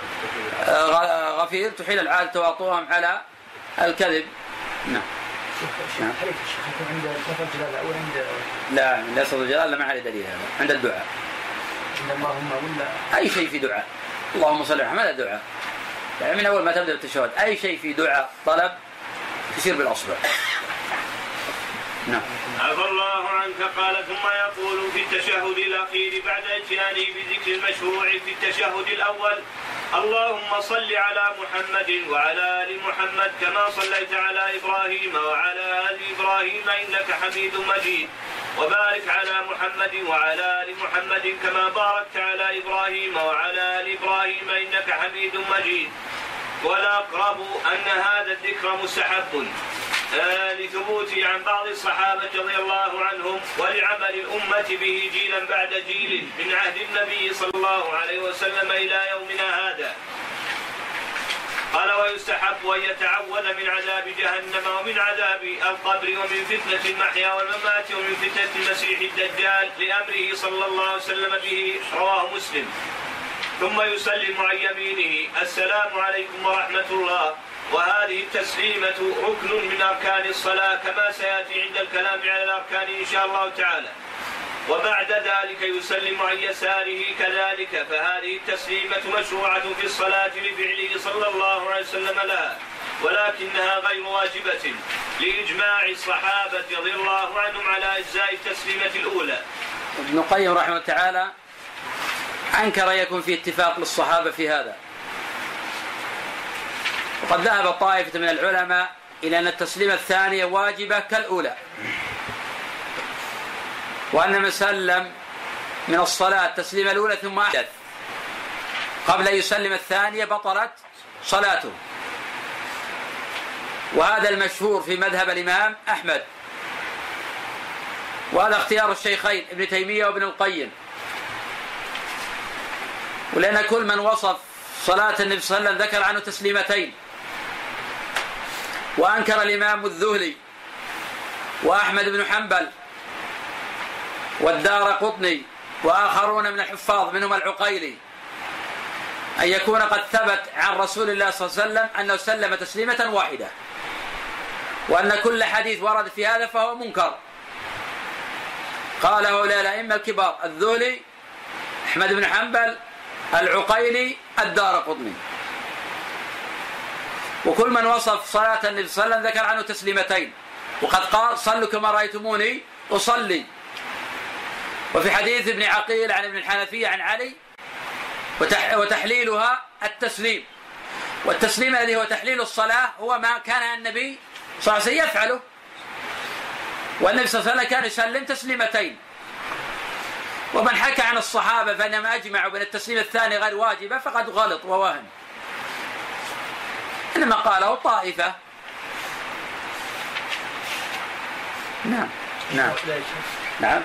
غفير تحيل العادة تواطؤهم على الكذب. نعم. حديث الشيخ عند لفظ الجلالة أو عند لا لفظ الجلالة ما عليه دليل، هذا عند الدعاء عند اللهم ولا أي شيء في دعاء اللهم صل على محمد الدعاء، يعني من أول ما تبدأ بالتشهد أي شيء في دعاء طلب يصير بالأصبع. نعم. عفى الله عنك. قال ثم يقول في التشهد الأخير بعد اتيانه بذكر المشروع في التشهد الأول: اللهم صل على محمد وعلى آل محمد كما صليت على إبراهيم وعلى آل إبراهيم إنك حميد مجيد، وبارك على محمد وعلى آل محمد كما باركت على إبراهيم وعلى آل إبراهيم إنك حميد مجيد. والأقرب أن هذا الذكر مستحب لثبوته عن بعض الصحابة رضي الله عنهم ولعمل الأمة به جيلا بعد جيل من عهد النبي صلى الله عليه وسلم إلى يومنا هذا. قال ويستحب أن يتعوذ من عذاب جهنم ومن عذاب القبر ومن فتنة المحيا والممات ومن فتنة المسيح الدجال لأمره صلى الله عليه وسلم به، رواه مسلم. ثم يسلم عن يمينه: السلام عليكم ورحمة الله. وهذه التسليمة ركن من أركان الصلاة كما سيأتي عند الكلام على الأركان إن شاء الله تعالى. وبعد ذلك يسلم عن يساره كذلك، فهذه التسليمة مشروعة في الصلاة لفعله صلى الله عليه وسلم لها، ولكنها غير واجبة لإجماع الصحابة رضي الله عنهم على أجزاء التسليمة الأولى. ابن القيم رحمه الله تعالى أنكر يكون في اتفاق للصحابة في هذا، وقد ذهب طائفة من العلماء إلى أن التسليمة الثانية واجبة كالأولى، وأن من سلم من الصلاة التسليمة الأولى ثم أحدث قبل أن يسلم الثانية بطلت صلاته. وهذا المشهور في مذهب الإمام أحمد، وهذا اختيار الشيخين ابن تيمية وابن القيم. ولأن كل من وصف صلاة النبي صلى الله عليه وسلم ذكر عنه تسليمتين، وأنكر الإمام الذهلي وأحمد بن حنبل والدارقطني وآخرون من الحفاظ منهم العقيلي أن يكون قد ثبت عن رسول الله صلى الله عليه وسلم أنه سلم تسليمة واحدة، وأن كل حديث ورد في هذا فهو منكر. قال هؤلاء الأئمة الكبار: الذهلي، أحمد بن حنبل، العقيلي، الدارقطني. وكل من وصف صلاة النبي صلى الله عليه وسلم ذكر عنه تسليمتين، وقد قال: صلوا كما رأيتموني أصلي. وفي حديث ابن عقيل عن ابن الحنفية عن علي: وتحليلها التسليم. والتسليم الذي هو تحليل الصلاة هو ما كان النبي صلى الله عليه وسلم يفعله، والنبي صلى الله عليه وسلم كان يسلم تسليمتين. ومن حكى عن الصحابة فإنهم أجمعوا بأن التسليم الثاني غير واجبة فقد غلط ووهم، إنما قاله طائفة. نعم نعم نعم.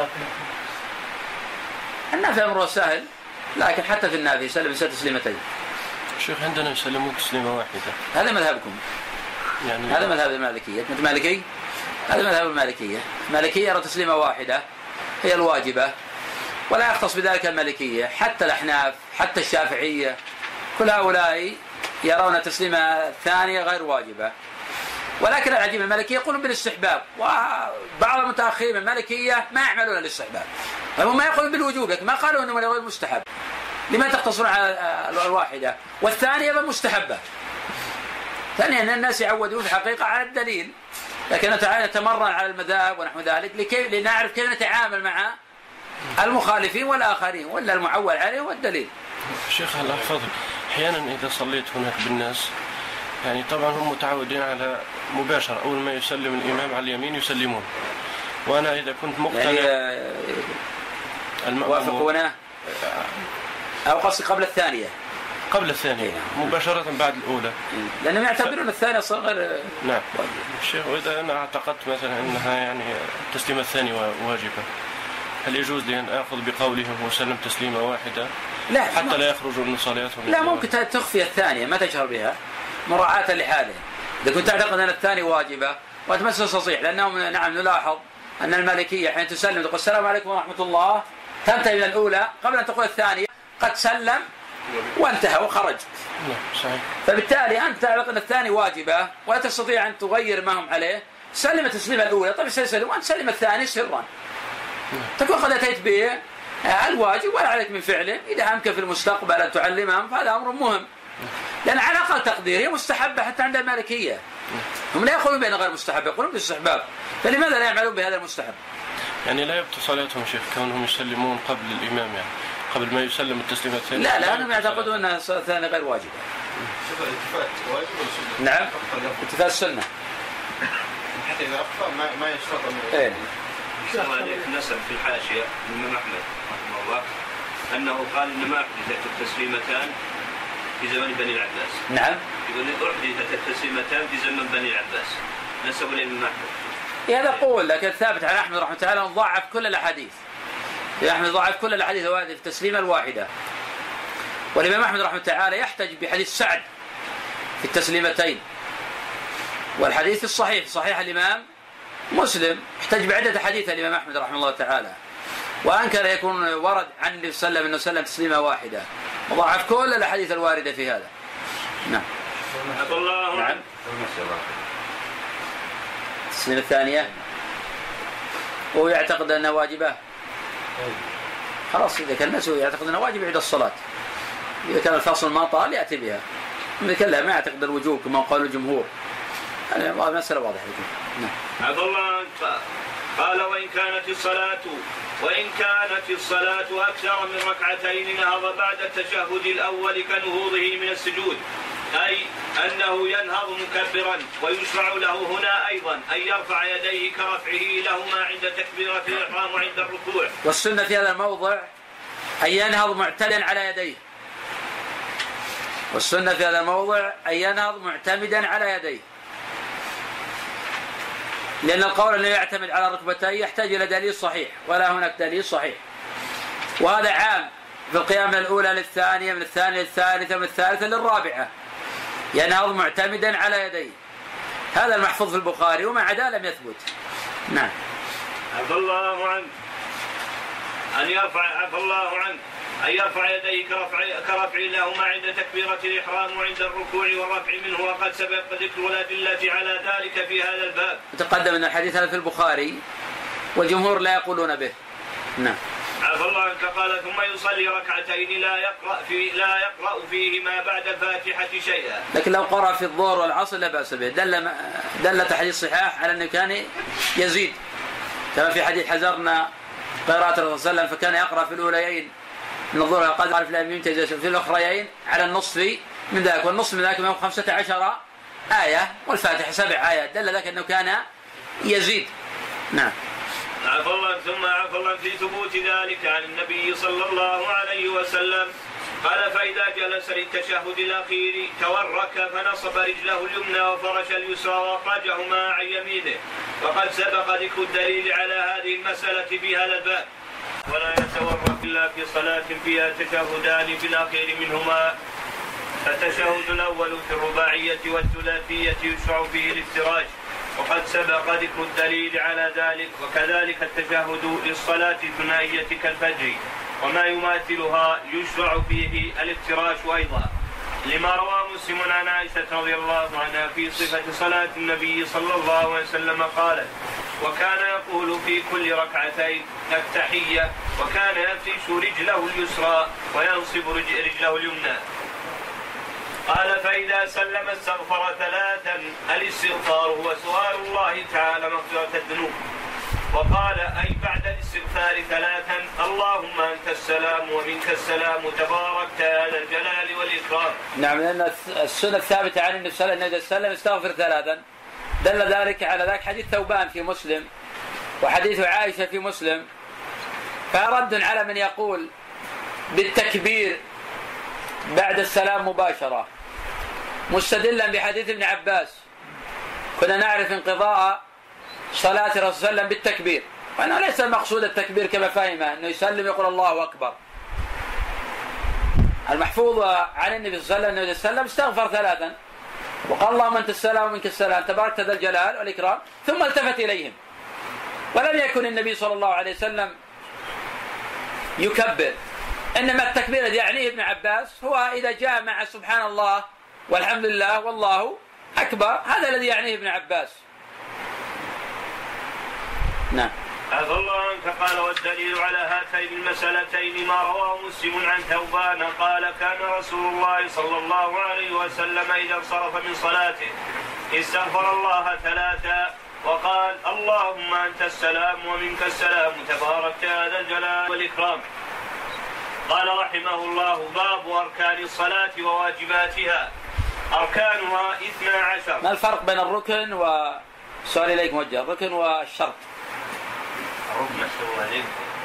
النافع أمره سهل، لكن حتى في النافع يسلم تسليمتين. شيخ عندنا يسلمون تسليمة واحدة. هذا مذهبكم، يعني هذا مذهب المالكية. أنت مالكي؟ هذا مذهب المالكية. المالكية يرى تسليمة واحدة هي الواجبة، ولا يختص بذلك المالكية، حتى الأحناف، حتى الشافعية، كل هؤلاء يرون تسليمة الثانية غير واجبة. ولكن العجيب المالكية يقولون بالاستحباب، وبعض المتأخرين من المالكية ما يعملون الاستحباب، هم ما يقولون بالوجوب، لكن ما قالوا أنه غير مستحب. لما تقتصرون على الواحدة والثانية مستحبة؟ ثانيا أن الناس يعودون في الحقيقة على الدليل، لكن نتمرن على المذاهب ونحو ذلك لنعرف كيف نتعامل مع المخالفين والآخرين، ولا المعول عليه والدليل. شيخ الله يحفظك، أحيانا إذا صليت هناك بالناس، يعني طبعا هم متعودين على مباشرة أول ما يسلم الإمام على اليمين يسلمون، وأنا إذا كنت مقتنع يعني وافقونه أو قصدي قبل الثانية مباشرة بعد الأولى، لأنهم يعتبرون الثانية غير. نعم الشيخ، وإذا أنا اعتقدت مثلا أنها يعني التسليمة الثانية واجبة، هل يجوز لي أن أخذ بقولهم وسلم تسليمة واحدة لا حتى لا يخرجوا من صلاتهم؟ لا، ممكن تخفي الثانية ما تجهر بها مراعاة لحاله. إذا كنت تعتقد أن الثانية واجبة وأنت ما تستطيع، لأنهم نعم نلاحظ أن المالكية حين تسلم تقول السلام عليكم ورحمة الله، تنتهي من الأولى قبل أن تقول الثانية، قد سلم وانتهى وخرج. صحيح. فبالتالي أنت تعتقد أن الثانية واجبة ولا تستطيع أن تغير ما هم عليه، سلم التسليمة الأولى، طيب سلم وأنت سلم الثاني سرا، تكون قد أتيت به الواجب ولا عليك من فعله. إذا أمكن في المستقبل أن تعلمهم فهذا أمر مهم، لأن على أقل تقدير هي مستحبة حتى عند المالكية، هم لا يقولون بأنها غير مستحبة، يقولون بالاستحباب، فلماذا لا يعملون بهذا المستحب؟ يعني لا يبطل صلاتهم شيخ كونهم يسلمون قبل الإمام، يعني قبل ما يسلم التسليمة الثانية؟ لا هم يعتقدون أن الصلاة الثانية غير واجبة. الالتفات واجب ولا سنة؟ نعم، التفات السنة. حتى إذا أخطأ ما يشترط إيه. نسب في الحاشية من الإمام أحمد رحمه الله أنه قال إنما أحدثت التسليمتان في زمن بني العباس. نعم. يقول أحدثت التسليمتان في زمن بني العباس، نسبوا للإمام أحمد. هذا قول، لكن ثابت عن أحمد رحمه الله أنه ضعف كل الأحاديث. أحمد ضعف كل الأحاديث الواردة في التسليمة الواحدة. والإمام أحمد رحمه الله يحتج بحديث سعد في التسليمتين، والحديث الصحيح صحيح الإمام مسلم احتج بعدة حديث الإمام أحمد رحمه الله تعالى، وأنكر يكون ورد عن النبي صلى الله عليه وسلم أنه سلم تسليمة واحدة، وضعف كل الأحاديث الواردة في هذا. نعم. نعم. التسليمة الثانية وهو يعتقد أنها واجبة، خلاص إذا كان الناس يعتقد أنها واجب يعيد الصلاة، إذا كان الفصل ما طال يأتي بها، إذا كان لا ما يعتقد الوجوب كما قال الجمهور، يعني مسألة واضحة. نعم. عبد الله قال وإن كانت الصلاة أكثر من ركعتين نهض بعد التشهد الأول كنهوضه من السجود، أي أنه ينهض مكبرا، ويشرع له هنا أيضا أن يرفع يديه كرفعه لهما عند تكبيرة الإحرام وعند الركوع. والسنة في هذا الموضع أن ينهض معتمدا على يديه، والسنة في هذا الموضع أن ينهض معتمدا على يديه، لأن القول الذي يعتمد على ركبتين يحتاج إلى دليل صحيح، ولا هناك دليل صحيح. وهذا عام في القيام من الأولى للثانية، من الثانية للثالثة، من الثالثة للرابعة، ينهض معتمدا على يديه. هذا المحفوظ في البخاري، وما عدا لم يثبت. نعم. عفى الله عنك أن يرفع يديه كرفع لهما عند تكبيرة الإحرام وعند الركوع والرفع منه، وقد سبق ذكر الأدلة على ذلك في هذا الباب. تقدم أن الحديث هذا في البخاري والجمهور لا يقولون به. نعم. عفى الله عنك قال ثم يصلي ركعتين لا يقرأ فيهما بعد الفاتحة شيئا. لكن لو قرأ في الظهر والعصر لا بأس به. دل حديث صحاح على أنه كان يزيد، كما في حديث حذرنا قراءة الرسول صلى الله عليه وسلم، فكان يقرأ في الأوليين من الظهر قد ألف لام ميم تنزيل، في الأخريين على النصف من ذلك، والنصف من ذلك 15 آية، والفاتحة 7 آيات، دل ذلك أنه كان يزيد. نعم. ثم عفى الله في ثبوت ذلك عن النبي صلى الله عليه وسلم قال فإذا جلس للتشهد الأخير تورك فنصب رجله اليمنى وفرش اليسرى وأخرجهما عن يمينه، وقد سبق ذكر الدليل على هذه المسألة في هذا الباب. ولا يتورك إلا في صلاة فيها تشهدان في الأخير منهما، فالتشهد الأول في الرباعية والثلاثية يشرع فيه الافتراش، وقد سبق ذكر الدليل على ذلك. وكذلك التشهد للصلاة الثنائية كالفجر وما يماثلها يشرع فيه الافتراش أيضا، لما روى مسلم عن عائشة رضي الله عنها في صفة صلاة النبي صلى الله عليه وسلم قالت وكان يقول في كل ركعتين التحية، وكان يفرش رجله اليسرى وينصب رجله اليمنى. قال فإذا سلم استغفر 3. الاستغفار هو سؤال الله تعالى مغفرة الذنوب. وقال أي بعد الاستغفار 3 اللهم أنت السلام ومنك السلام تباركت يا ذا الجلال والإكرام. نعم، لأن السنة الثابتة عن النبي صلى الله عليه وسلم استغفر 3، دل ذلك على ذلك حديث ثوبان في مسلم وحديث عائشة في مسلم. فرد على من يقول بالتكبير بعد السلام مباشرة مستدلا بحديث ابن عباس كنا نعرف انقضاء صلاة الرسول صلى الله عليه وسلم بالتكبير، وأنه ليس المقصود التكبير كما فهمه أنه يسلم يقول الله أكبر. المحفوظ عن النبي صلى الله عليه وسلم استغفر 3 وقال اللهم أنت السلام ومنك السلام تباركت ذا الجلال والإكرام، ثم التفت إليهم. ولم يكن النبي صلى الله عليه وسلم يكبر، إنما التكبير الذي يعنيه ابن عباس هو إذا جاء مع سبحان الله والحمد لله والله أكبر، هذا الذي يعنيه ابن عباس. نعم. عفى الله عنك قال والدليل على هاتين المسألتين ما رواه مسلم عن ثوبان قال كان رسول الله صلى الله عليه وسلم إذا انصرف من صلاته استغفر الله 3 وقال اللهم أنت السلام ومنك السلام تباركت يا ذا الجلال والإكرام. قال رحمه الله باب أركان الصلاة وواجباتها. أركانها 12. ما الفرق بين الركن وسؤال إليك موجه الركن والشرط؟ الركن سوى عليك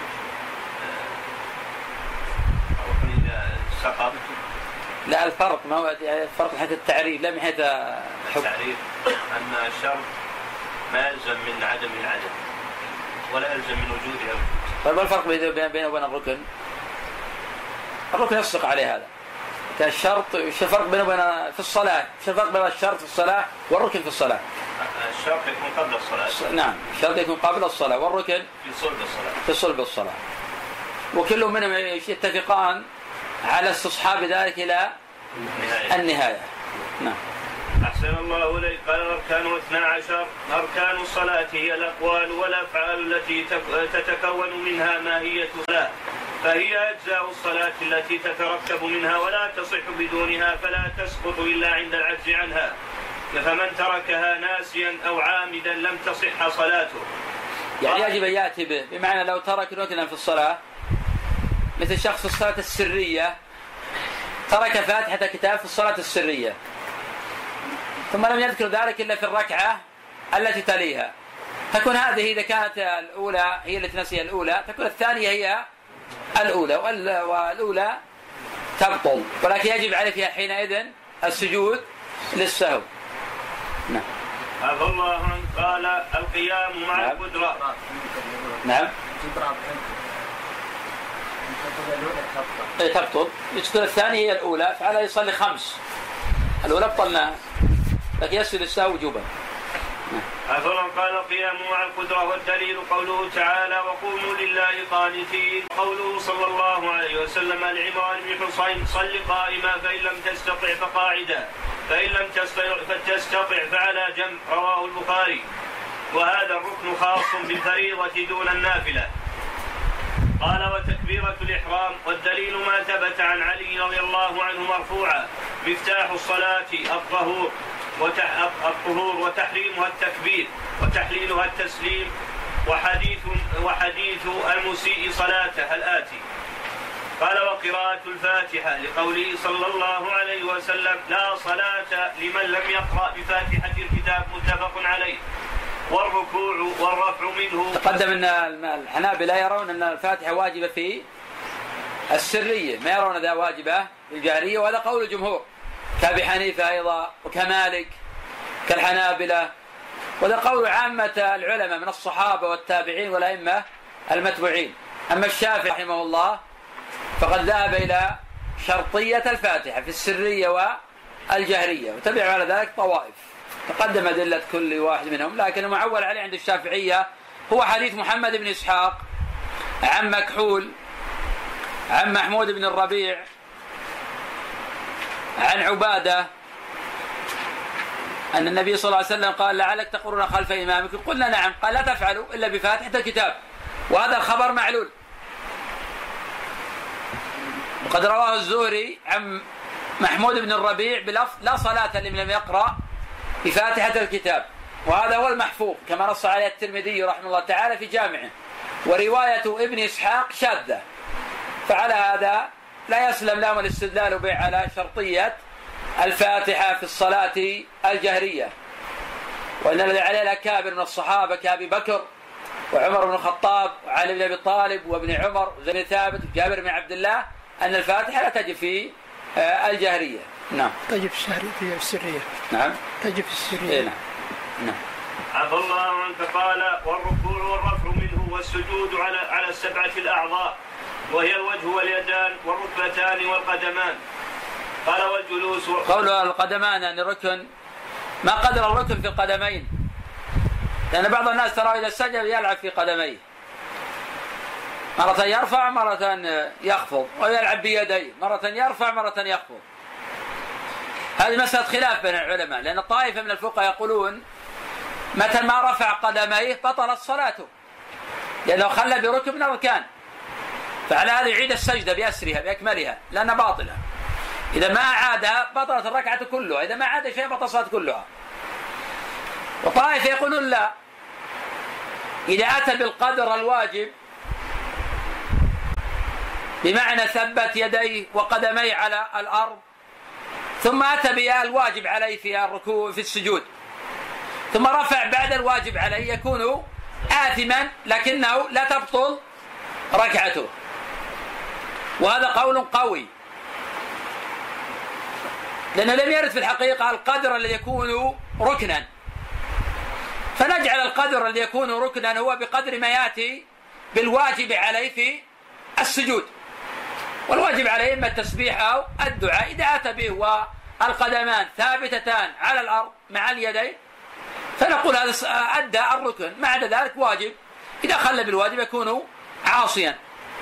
الركن إذا سقط. لا الفرق ما هو الفرق من حيث التعريف لا من حيث التعريف أن الشرط ما يلزم من عدم العدم ولا يلزم من وجودها. طيب ما الفرق بينه وبين الركن؟ الركن يصدق عليه هذا. كالشرط ايش الفرق بينه وبين في الصلاة؟ ايش الفرق بين الشرط في الصلاة والركن في الصلاة؟ الشرط يكون قبل الصلاة. نعم، الشرط يكون قبل الصلاة والركن في صلب الصلاة. وكل منهم يتفقان على استصحاب ذلك إلى النهاية. نعم. أحسن الله إليك. قال الأركان 12. أركان الصلاة هي الأقوال والأفعال التي تتكون منها ماهية الصلاة، فهي أجزاء الصلاة التي تتركب منها ولا تصح بدونها فلا تسقط إلا عند العجز عنها، فمن تركها ناسيا أو عامدا لم تصح صلاته. يعني يجب أن يأتي به، بمعنى لو ترك ركنا في الصلاة مثل شخص في الصلاة السرية ترك فاتحة كتاب في الصلاة السرية ثم لم يذكر ذلك إلا في الركعة التي تليها، تكون هذه إذا كانت الأولى هي التي نسيها الأولى تكون الثانية هي الأولى والأولى تبطل، ولكن يجب عليه فيها حينئذ السجود للسهو. نعم. عفى الله عنه قال القيام مع القدرة. نعم. تبطل. السجدة الثانية هي الأولى، فعلى يصلي 5. الأولى بطلناها، لكن يسجد السهو وجوبا. عفى الله قال القيام مع القدرة، والدليل قوله تعالى وقوموا لله قانتين، قوله صلى الله عليه وسلم لعمران بن حصين صل قائما فإن لم تستطع فقاعدا فإن لم تستطع فعلى جنب، رواه البخاري. وهذا الركن خاص بالفريضة دون النافلة. قال وتكبيرة الإحرام، والدليل ما ثبت عن علي رضي الله عنه مرفوعا مفتاح الصلاة الطهور وتحريمها التكبير وتحليلها التسليم، وحديث المسيء صلاته الآتي. قال وقراءة الفاتحة لقوله صلى الله عليه وسلم لا صلاة لمن لم يقرأ بفاتحة الكتاب، متفق عليه. والركوع والرفع منه. تقدم أن الحنابلة يرون أن الفاتحة واجبة في السرية، ما يرون ذا واجبة في الجهرية، وهذا قول الجمهور كأبي حنيفة أيضا وكمالك كالحنابلة، وهذا قول عامة العلماء من الصحابة والتابعين والأئمة المتبوعين. أما الشافعي رحمه الله فقد ذهب إلى شرطية الفاتحة في السرية والجهرية، وتبع على ذلك طوائف تقدم أدلة كل واحد منهم، لكن المعول عليه عند الشافعية هو حديث محمد بن إسحاق عن مكحول عن محمود بن الربيع عن عبادة أن النبي صلى الله عليه وسلم قال لعلك تقرون خلف إمامك، قلنا نعم، قال لا تفعلوا إلا بفاتحة الكتاب، وهذا الخبر معلول. وقد رواه الزهري عن محمود بن الربيع بلفظ لا صلاة لمن لم يقرأ بفاتحة الكتاب، وهذا هو المحفوظ كما نص عليه الترمذي رحمه الله تعالى في جامعه، ورواية ابن إسحاق شاذة، فعلى هذا لا يسلم لهم الاستدلال به على شرطية الفاتحة في الصلاة الجهرية. وأن الذي عليه الأكابر من الصحابة كأبي بكر وعمر بن الخطاب وعلي بن أبي طالب وابن عمر وزيد بن ثابت وجابر بن عبد الله أن الفاتحة لا تجب في الجهرية. نعم. تجب في السرية. نعم. تجب في السرية. نعم. نعم. عفى الله عنك قال والركوع والرفع منه والسجود على السبعة الأعضاء، وهي الوجه واليدان والركبتان والقدمان. قال والجلوس قول القدمان أن الركن ما قدر الركن في القدمين، لأن بعض الناس ترى إذا سجد يلعب في قدميه، مرة يرفع مرة يخفض، ويلعب بيديه مرة يرفع مرة يخفض. هذه مسألة خلاف بين العلماء، لأن طائفة من الفقهاء يقولون متى ما رفع قدميه بطلت صلاته، لأنه خلى بركن من الأركان، فعلى هذا يعيد السجدة بأسرها بأكملها لأنها باطلة. إذا ما أعادها بطلت الركعة كلها، إذا ما عاد شيء بطلت الصلاة كلها. وطائفة يقولون لا، إذا أتى بالقدر الواجب بمعنى ثبت يديه وقدميه على الأرض، ثم أتى بالواجب عليه في الركوع في السجود، ثم رفع بعد الواجب عليه، يكون آثما لكنه لا تبطل ركعته. وهذا قول قوي، لأنه لم يرد في الحقيقة القدر الذي يكون ركنا، فنجعل القدر الذي يكون ركنا هو بقدر ما يأتي بالواجب عليه في السجود، والواجب عليه إما التسبيح أو الدعاء. إذا أتى به والقدمان ثابتتان على الأرض مع اليدين فنقول هذا أدى الركن، ما عدا ذلك واجب، إذا خلى بالواجب يكون عاصيا.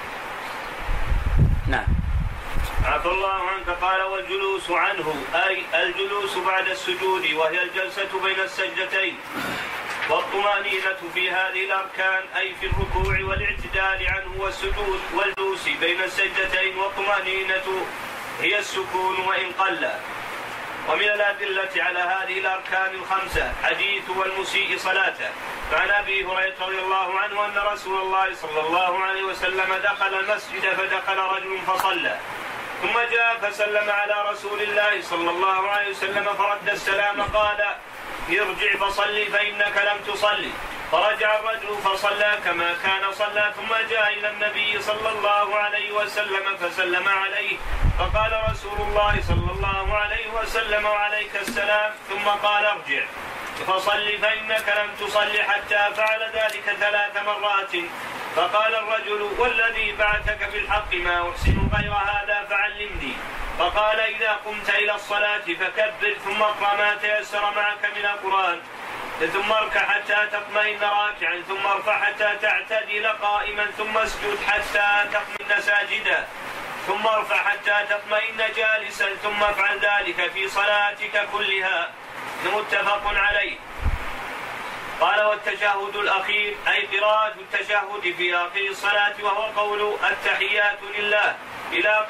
نعم. عفى الله عنك قال والجلوس عنه أي الجلوس بعد السجود، وهي الجلسة بين السجدتين، والطمأنينة في هذه الأركان أي في الركوع والاعتدال عنه والسجود والجلوس بين السجدتين، والطمأنينة هي السكون وإن قل. ومن الأدلة على هذه الأركان الخمسة حديث والمسيء صلاته، فعن أبي هريرة رضي الله عنه أن رسول الله صلى الله عليه وسلم دخل المسجد فدخل رجل فصلى، ثم جاء فسلم على رسول الله صلى الله عليه وسلم فرد السلام، قال ارجع فصلي فإنك لم تصلي، فرجع الرجل فصلى كما كان صلى، ثم جاء إلى النبي صلى الله عليه وسلم فسلم عليه، فقال رسول الله صلى الله عليه وسلم وعليك السلام، ثم قال ارجع، فصل فإنك لم تصل حتى فعل ذلك 3 مرات. فقال الرجل والذي بعثك بالحق ما أحسن غير هذا فعلمني. فقال إذا قمت إلى الصلاة فكبر ثم اقرأ ما تيسر معك من القرآن ثم اركع حتى تطمئن راكعا ثم ارفع حتى تعتدل قائما ثم اسجد حتى تطمئن ساجدا ثم ارفع حتى تطمئن جالسا ثم افعل ذلك في صلاتك كلها. متفق عليه. قال والتشهد الأخير أي قراءة التشهد في آخر الصلاة وهو قول التحيات لله إلى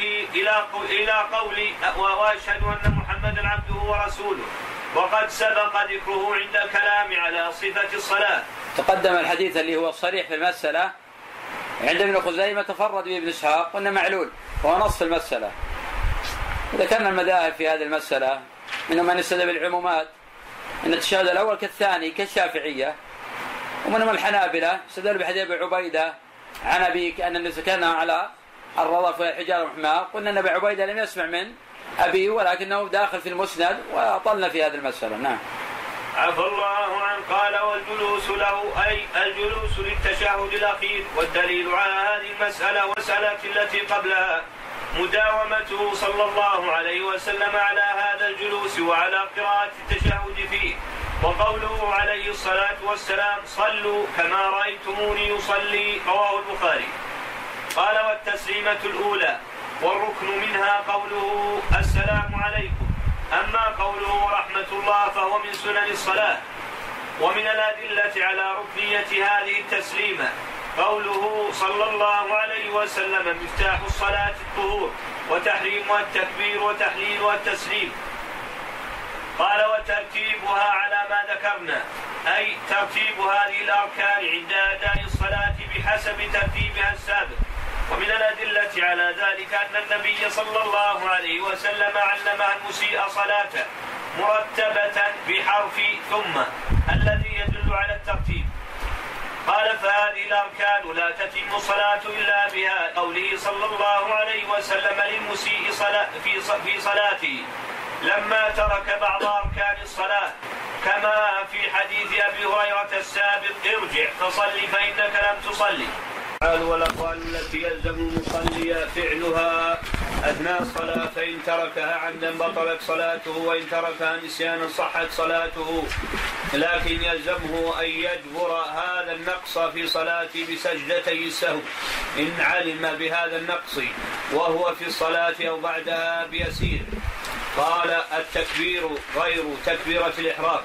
قول وأشهد أن محمدا عبده ورسوله، وقد سبق ذكره عند الكلام على صفة الصلاة. تقدم الحديث اللي هو الصريح في المسألة عند ابن خزيمة تفرد به ابن إسحاق وأنه معلول وهو نص المسألة. ذكرنا المذاهب في هذه المسألة، منهم من استدل بالعمومات أن التشهد الأول كالثاني كالشافعية، ومنهم الحنابلة استدلوا بحديث أبي عبيدة عن أبيك أن الناس كانوا على الرضف والحجار والحمار. قلنا أن أبي عبيدة لم يسمع من أبي ولكنه داخل في المسند وأطلنا في هذه المسألة. نعم. عفى الله عنه. قال والجلوس له أي الجلوس للتشهد الأخير. والدليل على هذه المسألة والمسألة التي قبلها مداومته صلى الله عليه وسلم على هذا الجلوس وعلى قراءة التشهد فيه، وقوله عليه الصلاة والسلام صلوا كما رأيتموني يصلي، رواه البخاري. قال والتسليمة الأولى والركن منها قوله السلام عليكم. أما قوله رحمة الله فهو من سنن الصلاة. ومن الأدلة على ركنية هذه التسليمة قوله صلى الله عليه وسلم مفتاح الصلاة الطهور وتحريمها التكبير وتحليلها التسليم. قال وترتيبها على ما ذكرنا أي ترتيب هذه الأركان عند أداء الصلاة بحسب ترتيبها السابق. ومن الأدلة على ذلك أن النبي صلى الله عليه وسلم علم المسيء صلاته مرتبة بحرف ثم الذي يدل على الترتيب. قال فهذه الأركان لا تتم الصلاة إلا بها، قوله صلى الله عليه وسلم للمسيء في صلاته لما ترك بعض أركان الصلاة، كما في حديث أبي هريرة السابق ارجع فصل فإنك لم تصلي. والأقوال التي يلزم المصلي فعلها أثناء الصلاة، فإن تركها عمدا بطلت صلاته، وإن تركها نسيانا صحت صلاته، لكن يلزمه أن يجبر هذا النقص في صلاته بسجدتي السهو إن علم بهذا النقص وهو في الصلاة أو بعدها بيسير. قال التكبير غير تكبيرة الإحرام،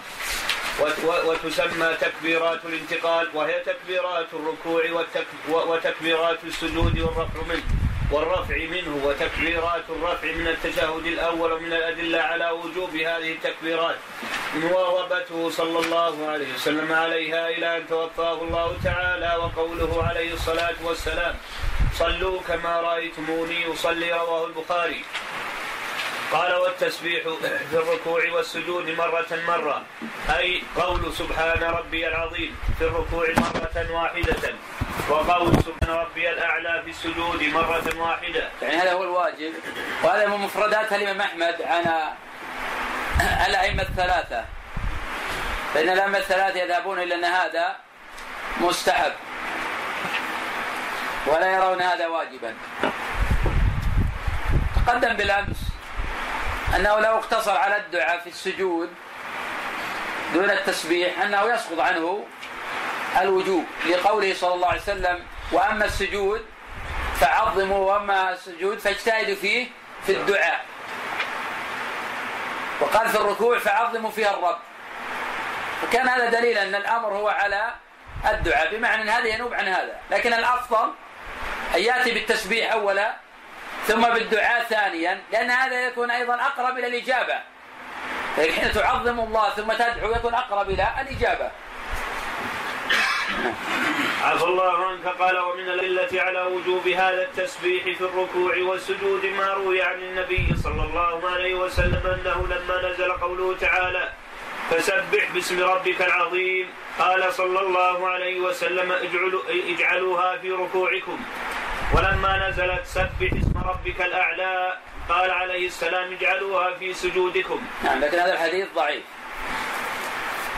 وتسمى تكبيرات الانتقال، وهي تكبيرات الركوع وتكبيرات السجود والرفع منه وتكبيرات الرفع من التشهد الأول. ومن الأدلة على وجوب هذه التكبيرات مواظبته صلى الله عليه وسلم عليها إلى أن توفاه الله تعالى، وقوله عليه الصلاة والسلام صلوا كما رأيتموني يصلي، رواه البخاري. قال والتسبيح في الركوع والسجود مرة أي قول سبحان ربي العظيم في الركوع مرة واحدة، وقول سبحان ربي الأعلى في السجود مرة واحدة. يعني هذا هو الواجب، وهذا من مفردات الإمام أحمد عن الأئمة الثلاثة، فإن الأئمة الثلاثة يذهبون إلى أن هذا مستحب ولا يرون هذا واجبا. تقدم بالأمس أنه لو اقتصر على الدعاء في السجود دون التسبيح أنه يسقط عنه الوجوب، لقوله صلى الله عليه وسلم وأما السجود فعظموا وأما السجود فاجتهدوا فيه في الدعاء، وقال في الركوع فعظموا فيها الرب. فكان هذا دليل أن الأمر هو على الدعاء، بمعنى أن هذا ينوب عن هذا، لكن الأفضل أن يأتي بالتسبيح أولا ثم بالدعاء ثانيا، لأن هذا يكون أيضا أقرب إلى الإجابة. حين تعظم الله ثم تدعو يكون أقرب إلى الإجابة. عفى الله عنك. قال ومن الأدلة على وجوب هذا التسبيح في الركوع والسجود ما روي عن النبي صلى الله عليه وسلم أنه لما نزل قوله تعالى فسبح باسم ربك العظيم قال صلى الله عليه وسلم اجعلوها في ركوعكم، ولما نزلت سبح اسم ربك الأعلى قال عليه السلام اجعلوها في سجودكم. نعم، لكن هذا الحديث ضعيف،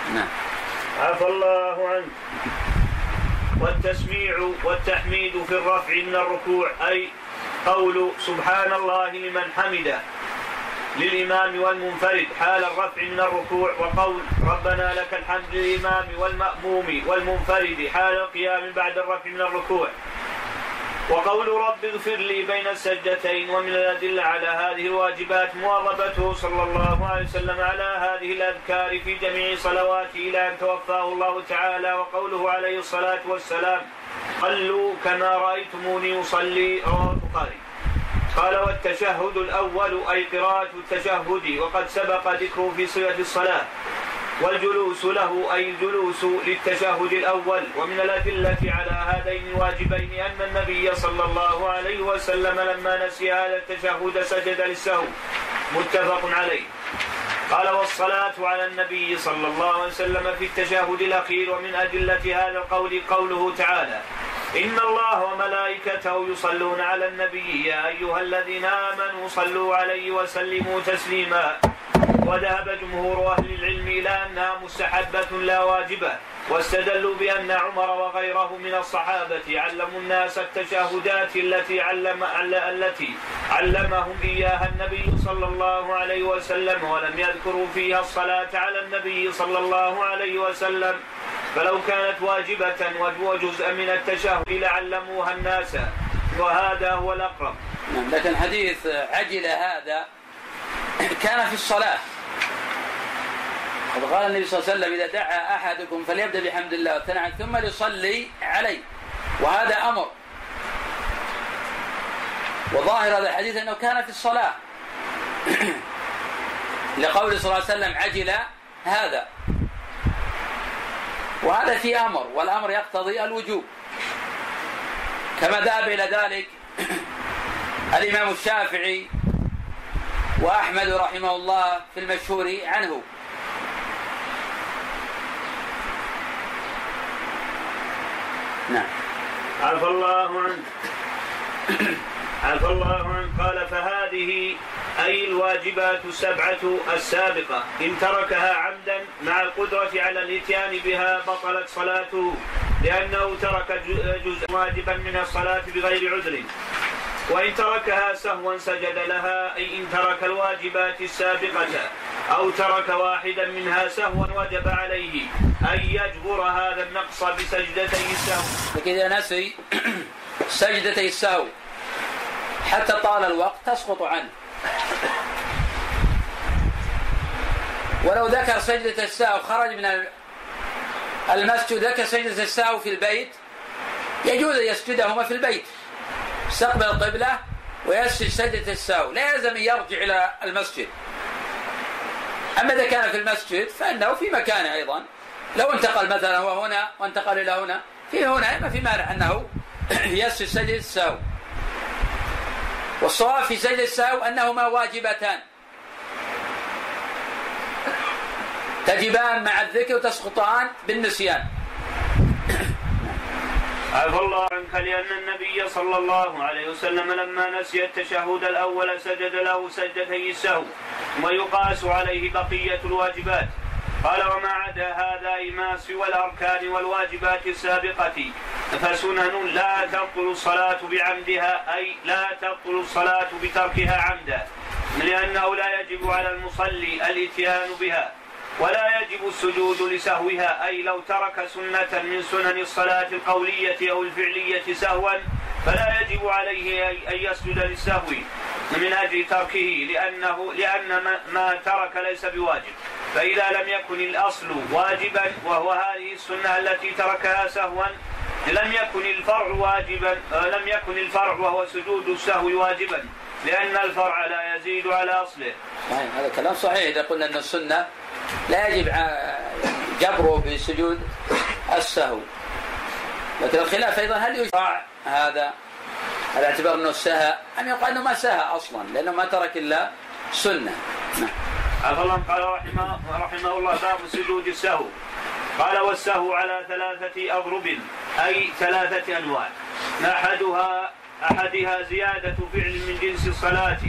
نعم. عفى الله عنك. والتسميع والتحميد في الرفع من الركوع أي قول سبحان الله لمن حمده للإمام والمنفرد حال الرفع من الركوع، وقول ربنا لك الحمد للإمام والمأموم والمنفرد حال القيام بعد الرفع من الركوع، وقول رب اغفر لي بين السجدتين. ومن الأدلة على هذه الواجبات مواظبته صلى الله عليه وسلم على هذه الأذكار في جميع صلواته إلى أن توفاه الله تعالى، وقوله عليه الصلاة والسلام صلوا كما رأيتموني أصلي، رواه البخاري. قال والتشهد الأول أي قراءة التشهد وقد سبق ذكره في صيغة الصلاة، والجلوس له أي الجلوس للتشهد الأول. ومن الأدلة على هذين الواجبين أن النبي صلى الله عليه وسلم لما نسي هذا التشهد سجد للسهو، متفق عليه. قال والصلاة على النبي صلى الله عليه وسلم في التشهد الأخير. ومن أدلة هذا القول قوله تعالى إن الله وملائكته يصلون على النبي يا أيها الذين آمنوا صلوا عليه وسلموا تسليما. وذهب جمهور أهل العلم إلى أنها مستحبة لا واجبة، واستدلوا بأن عمر وغيره من الصحابة علموا الناس التشهدات التي علمهم إياها النبي صلى الله عليه وسلم، ولم يذكروا فيها الصلاة على النبي صلى الله عليه وسلم، فلو كانت واجبة وجزء من التشهد لعلموها الناس، وهذا هو الأقرب. لكن حديث عجل هذا كان في الصلاة، قال النبي صلى الله عليه وسلم إذا دعا أحدكم فليبدأ بحمد الله والثناء ثم ليصلي عليه، وهذا أمر. وظاهر هذا الحديث أنه كان في الصلاة لقول صلى الله عليه وسلم عجل هذا، وهذا في أمر، والأمر يقتضي الوجوب، كما ذهب إلى ذلك الإمام الشافعي وأحمد رحمه الله في المشهور عنه. نعم. عفى الله عنه. قال فهذه أي الواجبات السبعة السابقة إن تركها عمدا مع القدرة على الاتيان بها بطلت صلاته، لأنه ترك جزء واجبا من الصلاة بغير عذر. وإن تركها سهوا سجد لها، أي إن ترك الواجبات السابقة أو ترك واحدا منها سهوا وجب عليه أن يجبر هذا النقص بسجدتي السهو. فإذا نسي سجدتي السهو حتى طال الوقت تسقط عنه، ولو ذكر سجدة السهو خرج من المسجد ذكر سجدة السهو في البيت يجوز أن يسجدهما في البيت، استقبل القبلة ويسجد سجدة السهو، لا يلزم يرجع إلى المسجد. أما إذا كان في المسجد فإنه في مكانه أيضا، لو انتقل مثلا هو هنا وانتقل إلى هنا، في هنا ما في مانع أنه يسجد سجدة السهو. والصواب في سجدة السهو أنهما واجبتان تجبان مع الذكر وتسقطان بالنسيان. عفى الله عنك. لأن النبي صلى الله عليه وسلم لما نسي التشهد الأول سجد له سجدتي السهو، ويقاس عليه بقية الواجبات. قال وما عدا هذا ما سوى الأركان والواجبات السابقة فسنن لا تبطل الصلاة بعمدها، أي لا تبطل الصلاة بتركها عمدا، لأنه لا يجب على المصلي الاتيان بها، ولا يجب السجود لسهوها، أي لو ترك سنة من سنن الصلاة القولية أو الفعلية سهوا فلا يجب عليه أن يسجد للسهو من أجل تركه، لأن ما ترك ليس بواجب. فإذا لم يكن الأصل واجبا وهو هذه السنة التي تركها سهوا لم يكن الفرع واجبا، لم يكن الفرع وهو سجود السهو واجبا، لأن الفرع لا يزيد على أصله. هذا كلام صحيح إذا قلنا أن السنة لا يجب جبره بسجود السهو. لكن الخلاف أيضا هل يشرع هذا على اعتبار أنه سهى أم يقال أنه ما سهى أصلا لأنه ما ترك إلا سنة. عفى الله. قال رحمه الله باب سجود السهو. قال والسهو على 3 أضرب أي 3 أنواع. أحدها زيادة فعل من جنس الصلاة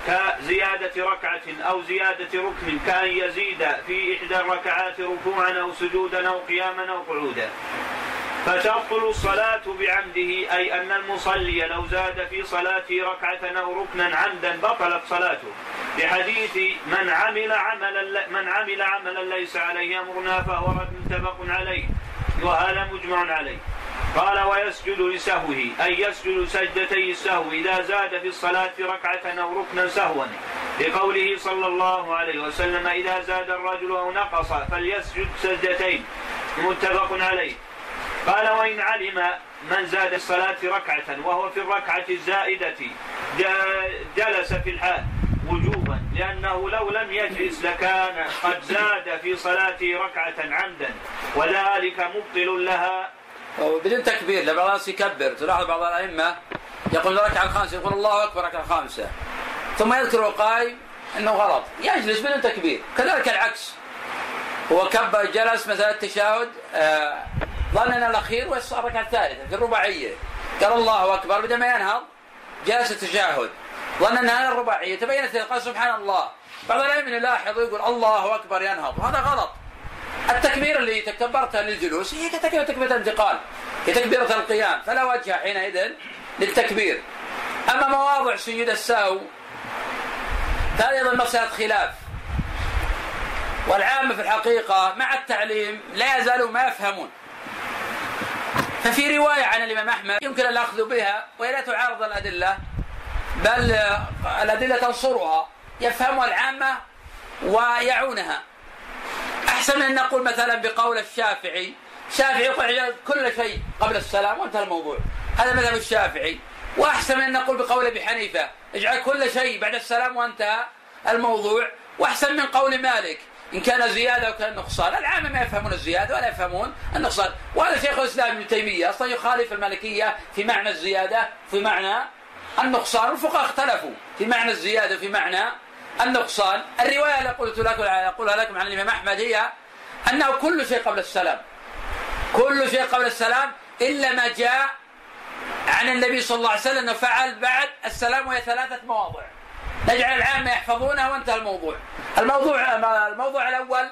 كزيادة ركعة أو زيادة ركن، كأن يزيد في إحدى الركعات ركوعا أو سجودا أو قياما أو قعودا، فتبطل الصلاة بعمده، أي أن المصلي لو زاد في صلاته ركعة أو ركنا عمدا بطلت صلاته، لحديث من عمل عملا ليس عليه أمرنا فهو رد متفق عليه، وهذا مجمع عليه. قال ويسجد لسهوه، أي يسجد سجدتي السهو إذا زاد في الصلاة ركعة أو ركنا سهوا، لقوله صلى الله عليه وسلم إذا زاد الرجل أو نقص فليسجد سجدتين، متفق عليه. قال وإن علم من زاد الصلاة ركعة وهو في الركعة الزائدة جلس في الحال وجوبا، لأنه لو لم يجلس لكان قد زاد في صلاته ركعة عمدا، وذلك مبطل لها بدون تكبير. لبعض الناس يكبر، تلاحظ بعض الأئمة يقول الركعة الخامسة يقول الله أكبر ركعة خامسة، ثم يذكر قائم أنه غلط يجلس بدون تكبير. كذلك العكس، هو كبر جلس مثلا التشهد ظننا الأخير ويصل الركعة الثالثة في الرباعية قال الله أكبر، بدل ما ينهض جلس التشهد ظننا هذا الرباعية تبينت قال سبحان الله. بعض الأئمة يلاحظ ويقول الله أكبر ينهض، وهذا غلط. التكبير اللي تكبرتها للجلوس هي كتكبيرة الانتقال، كتكبيرة القيام، فلا وجه حينئذ للتكبير. أما مواضع سجود السهو هذه أيضا مسألة خلاف، والعامة في الحقيقة مع التعليم لا يزالوا ما يفهمون. ففي رواية عن الإمام أحمد يمكن الأخذ بها وهي لا تعارض الأدلة، بل الأدلة تنصرها، يفهمها العامة ويعونها. أحسن من أن نقول مثلا بقول الشافعي يقول كل شيء قبل السلام وانتهى الموضوع، هذا مذهب الشافعي. وأحسن من أن نقول بقول أبي حنيفة اجعل كل شيء بعد السلام وانتهى الموضوع. وأحسن من قول مالك إن كان زيادة وكان نقصان. العامة ما يفهمون الزيادة ولا يفهمون النقصان، وهذا شيخ الإسلام ابن تيمية أصلا يخالف المالكية في معنى الزيادة في معنى النقصان. الفقهاء اختلفوا في معنى الزيادة في معنى النقصان. الرواية اللي أقولها لكم عن الإمام أحمد هي أنه كل شيء قبل السلام، كل شيء قبل السلام إلا ما جاء عن النبي صلى الله عليه وسلم أنه فعل بعد السلام، وهي 3 مواضع نجعل العامة يحفظونها وانتهى الموضوع. الموضوع الأول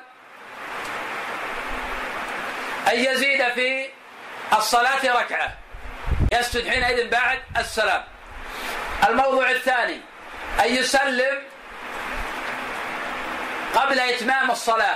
أن يزيد في الصلاة ركعة يسجد حينئذ بعد السلام. الموضوع الثاني أن يسلم قبل إتمام الصلاة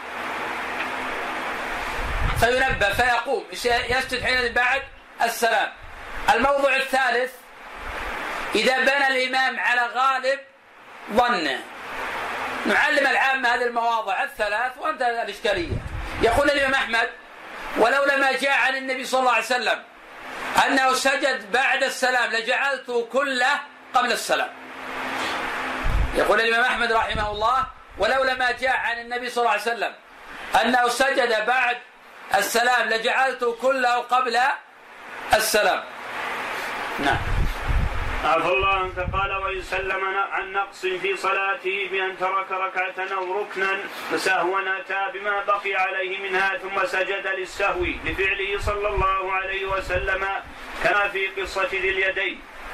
فينبه فيقوم يسجد حينئذ بعد السلام. الموضوع الثالث إذا بنى الإمام على غالب ظنه. نعلم العامة هذه المواضع الثلاث وانتهى الإشكالية. يقول الإمام أحمد ولولا ما جاء عن النبي صلى الله عليه وسلم أنه سجد بعد السلام لجعلته كله قبل السلام. يقول الإمام أحمد رحمه الله ولولا ما جاء عن النبي صلى الله عليه وسلم أنه سجد بعد السلام لجعلته كله قبل السلام. نعم. عفى الله عنك. قال وإن سلم عن نقص في صلاته بأن ترك ركعة أو ركنا سهوا أتى بما بقي عليه منها ثم سجد للسهو لفعله صلى الله عليه وسلم كما في قصة ذي اليدين.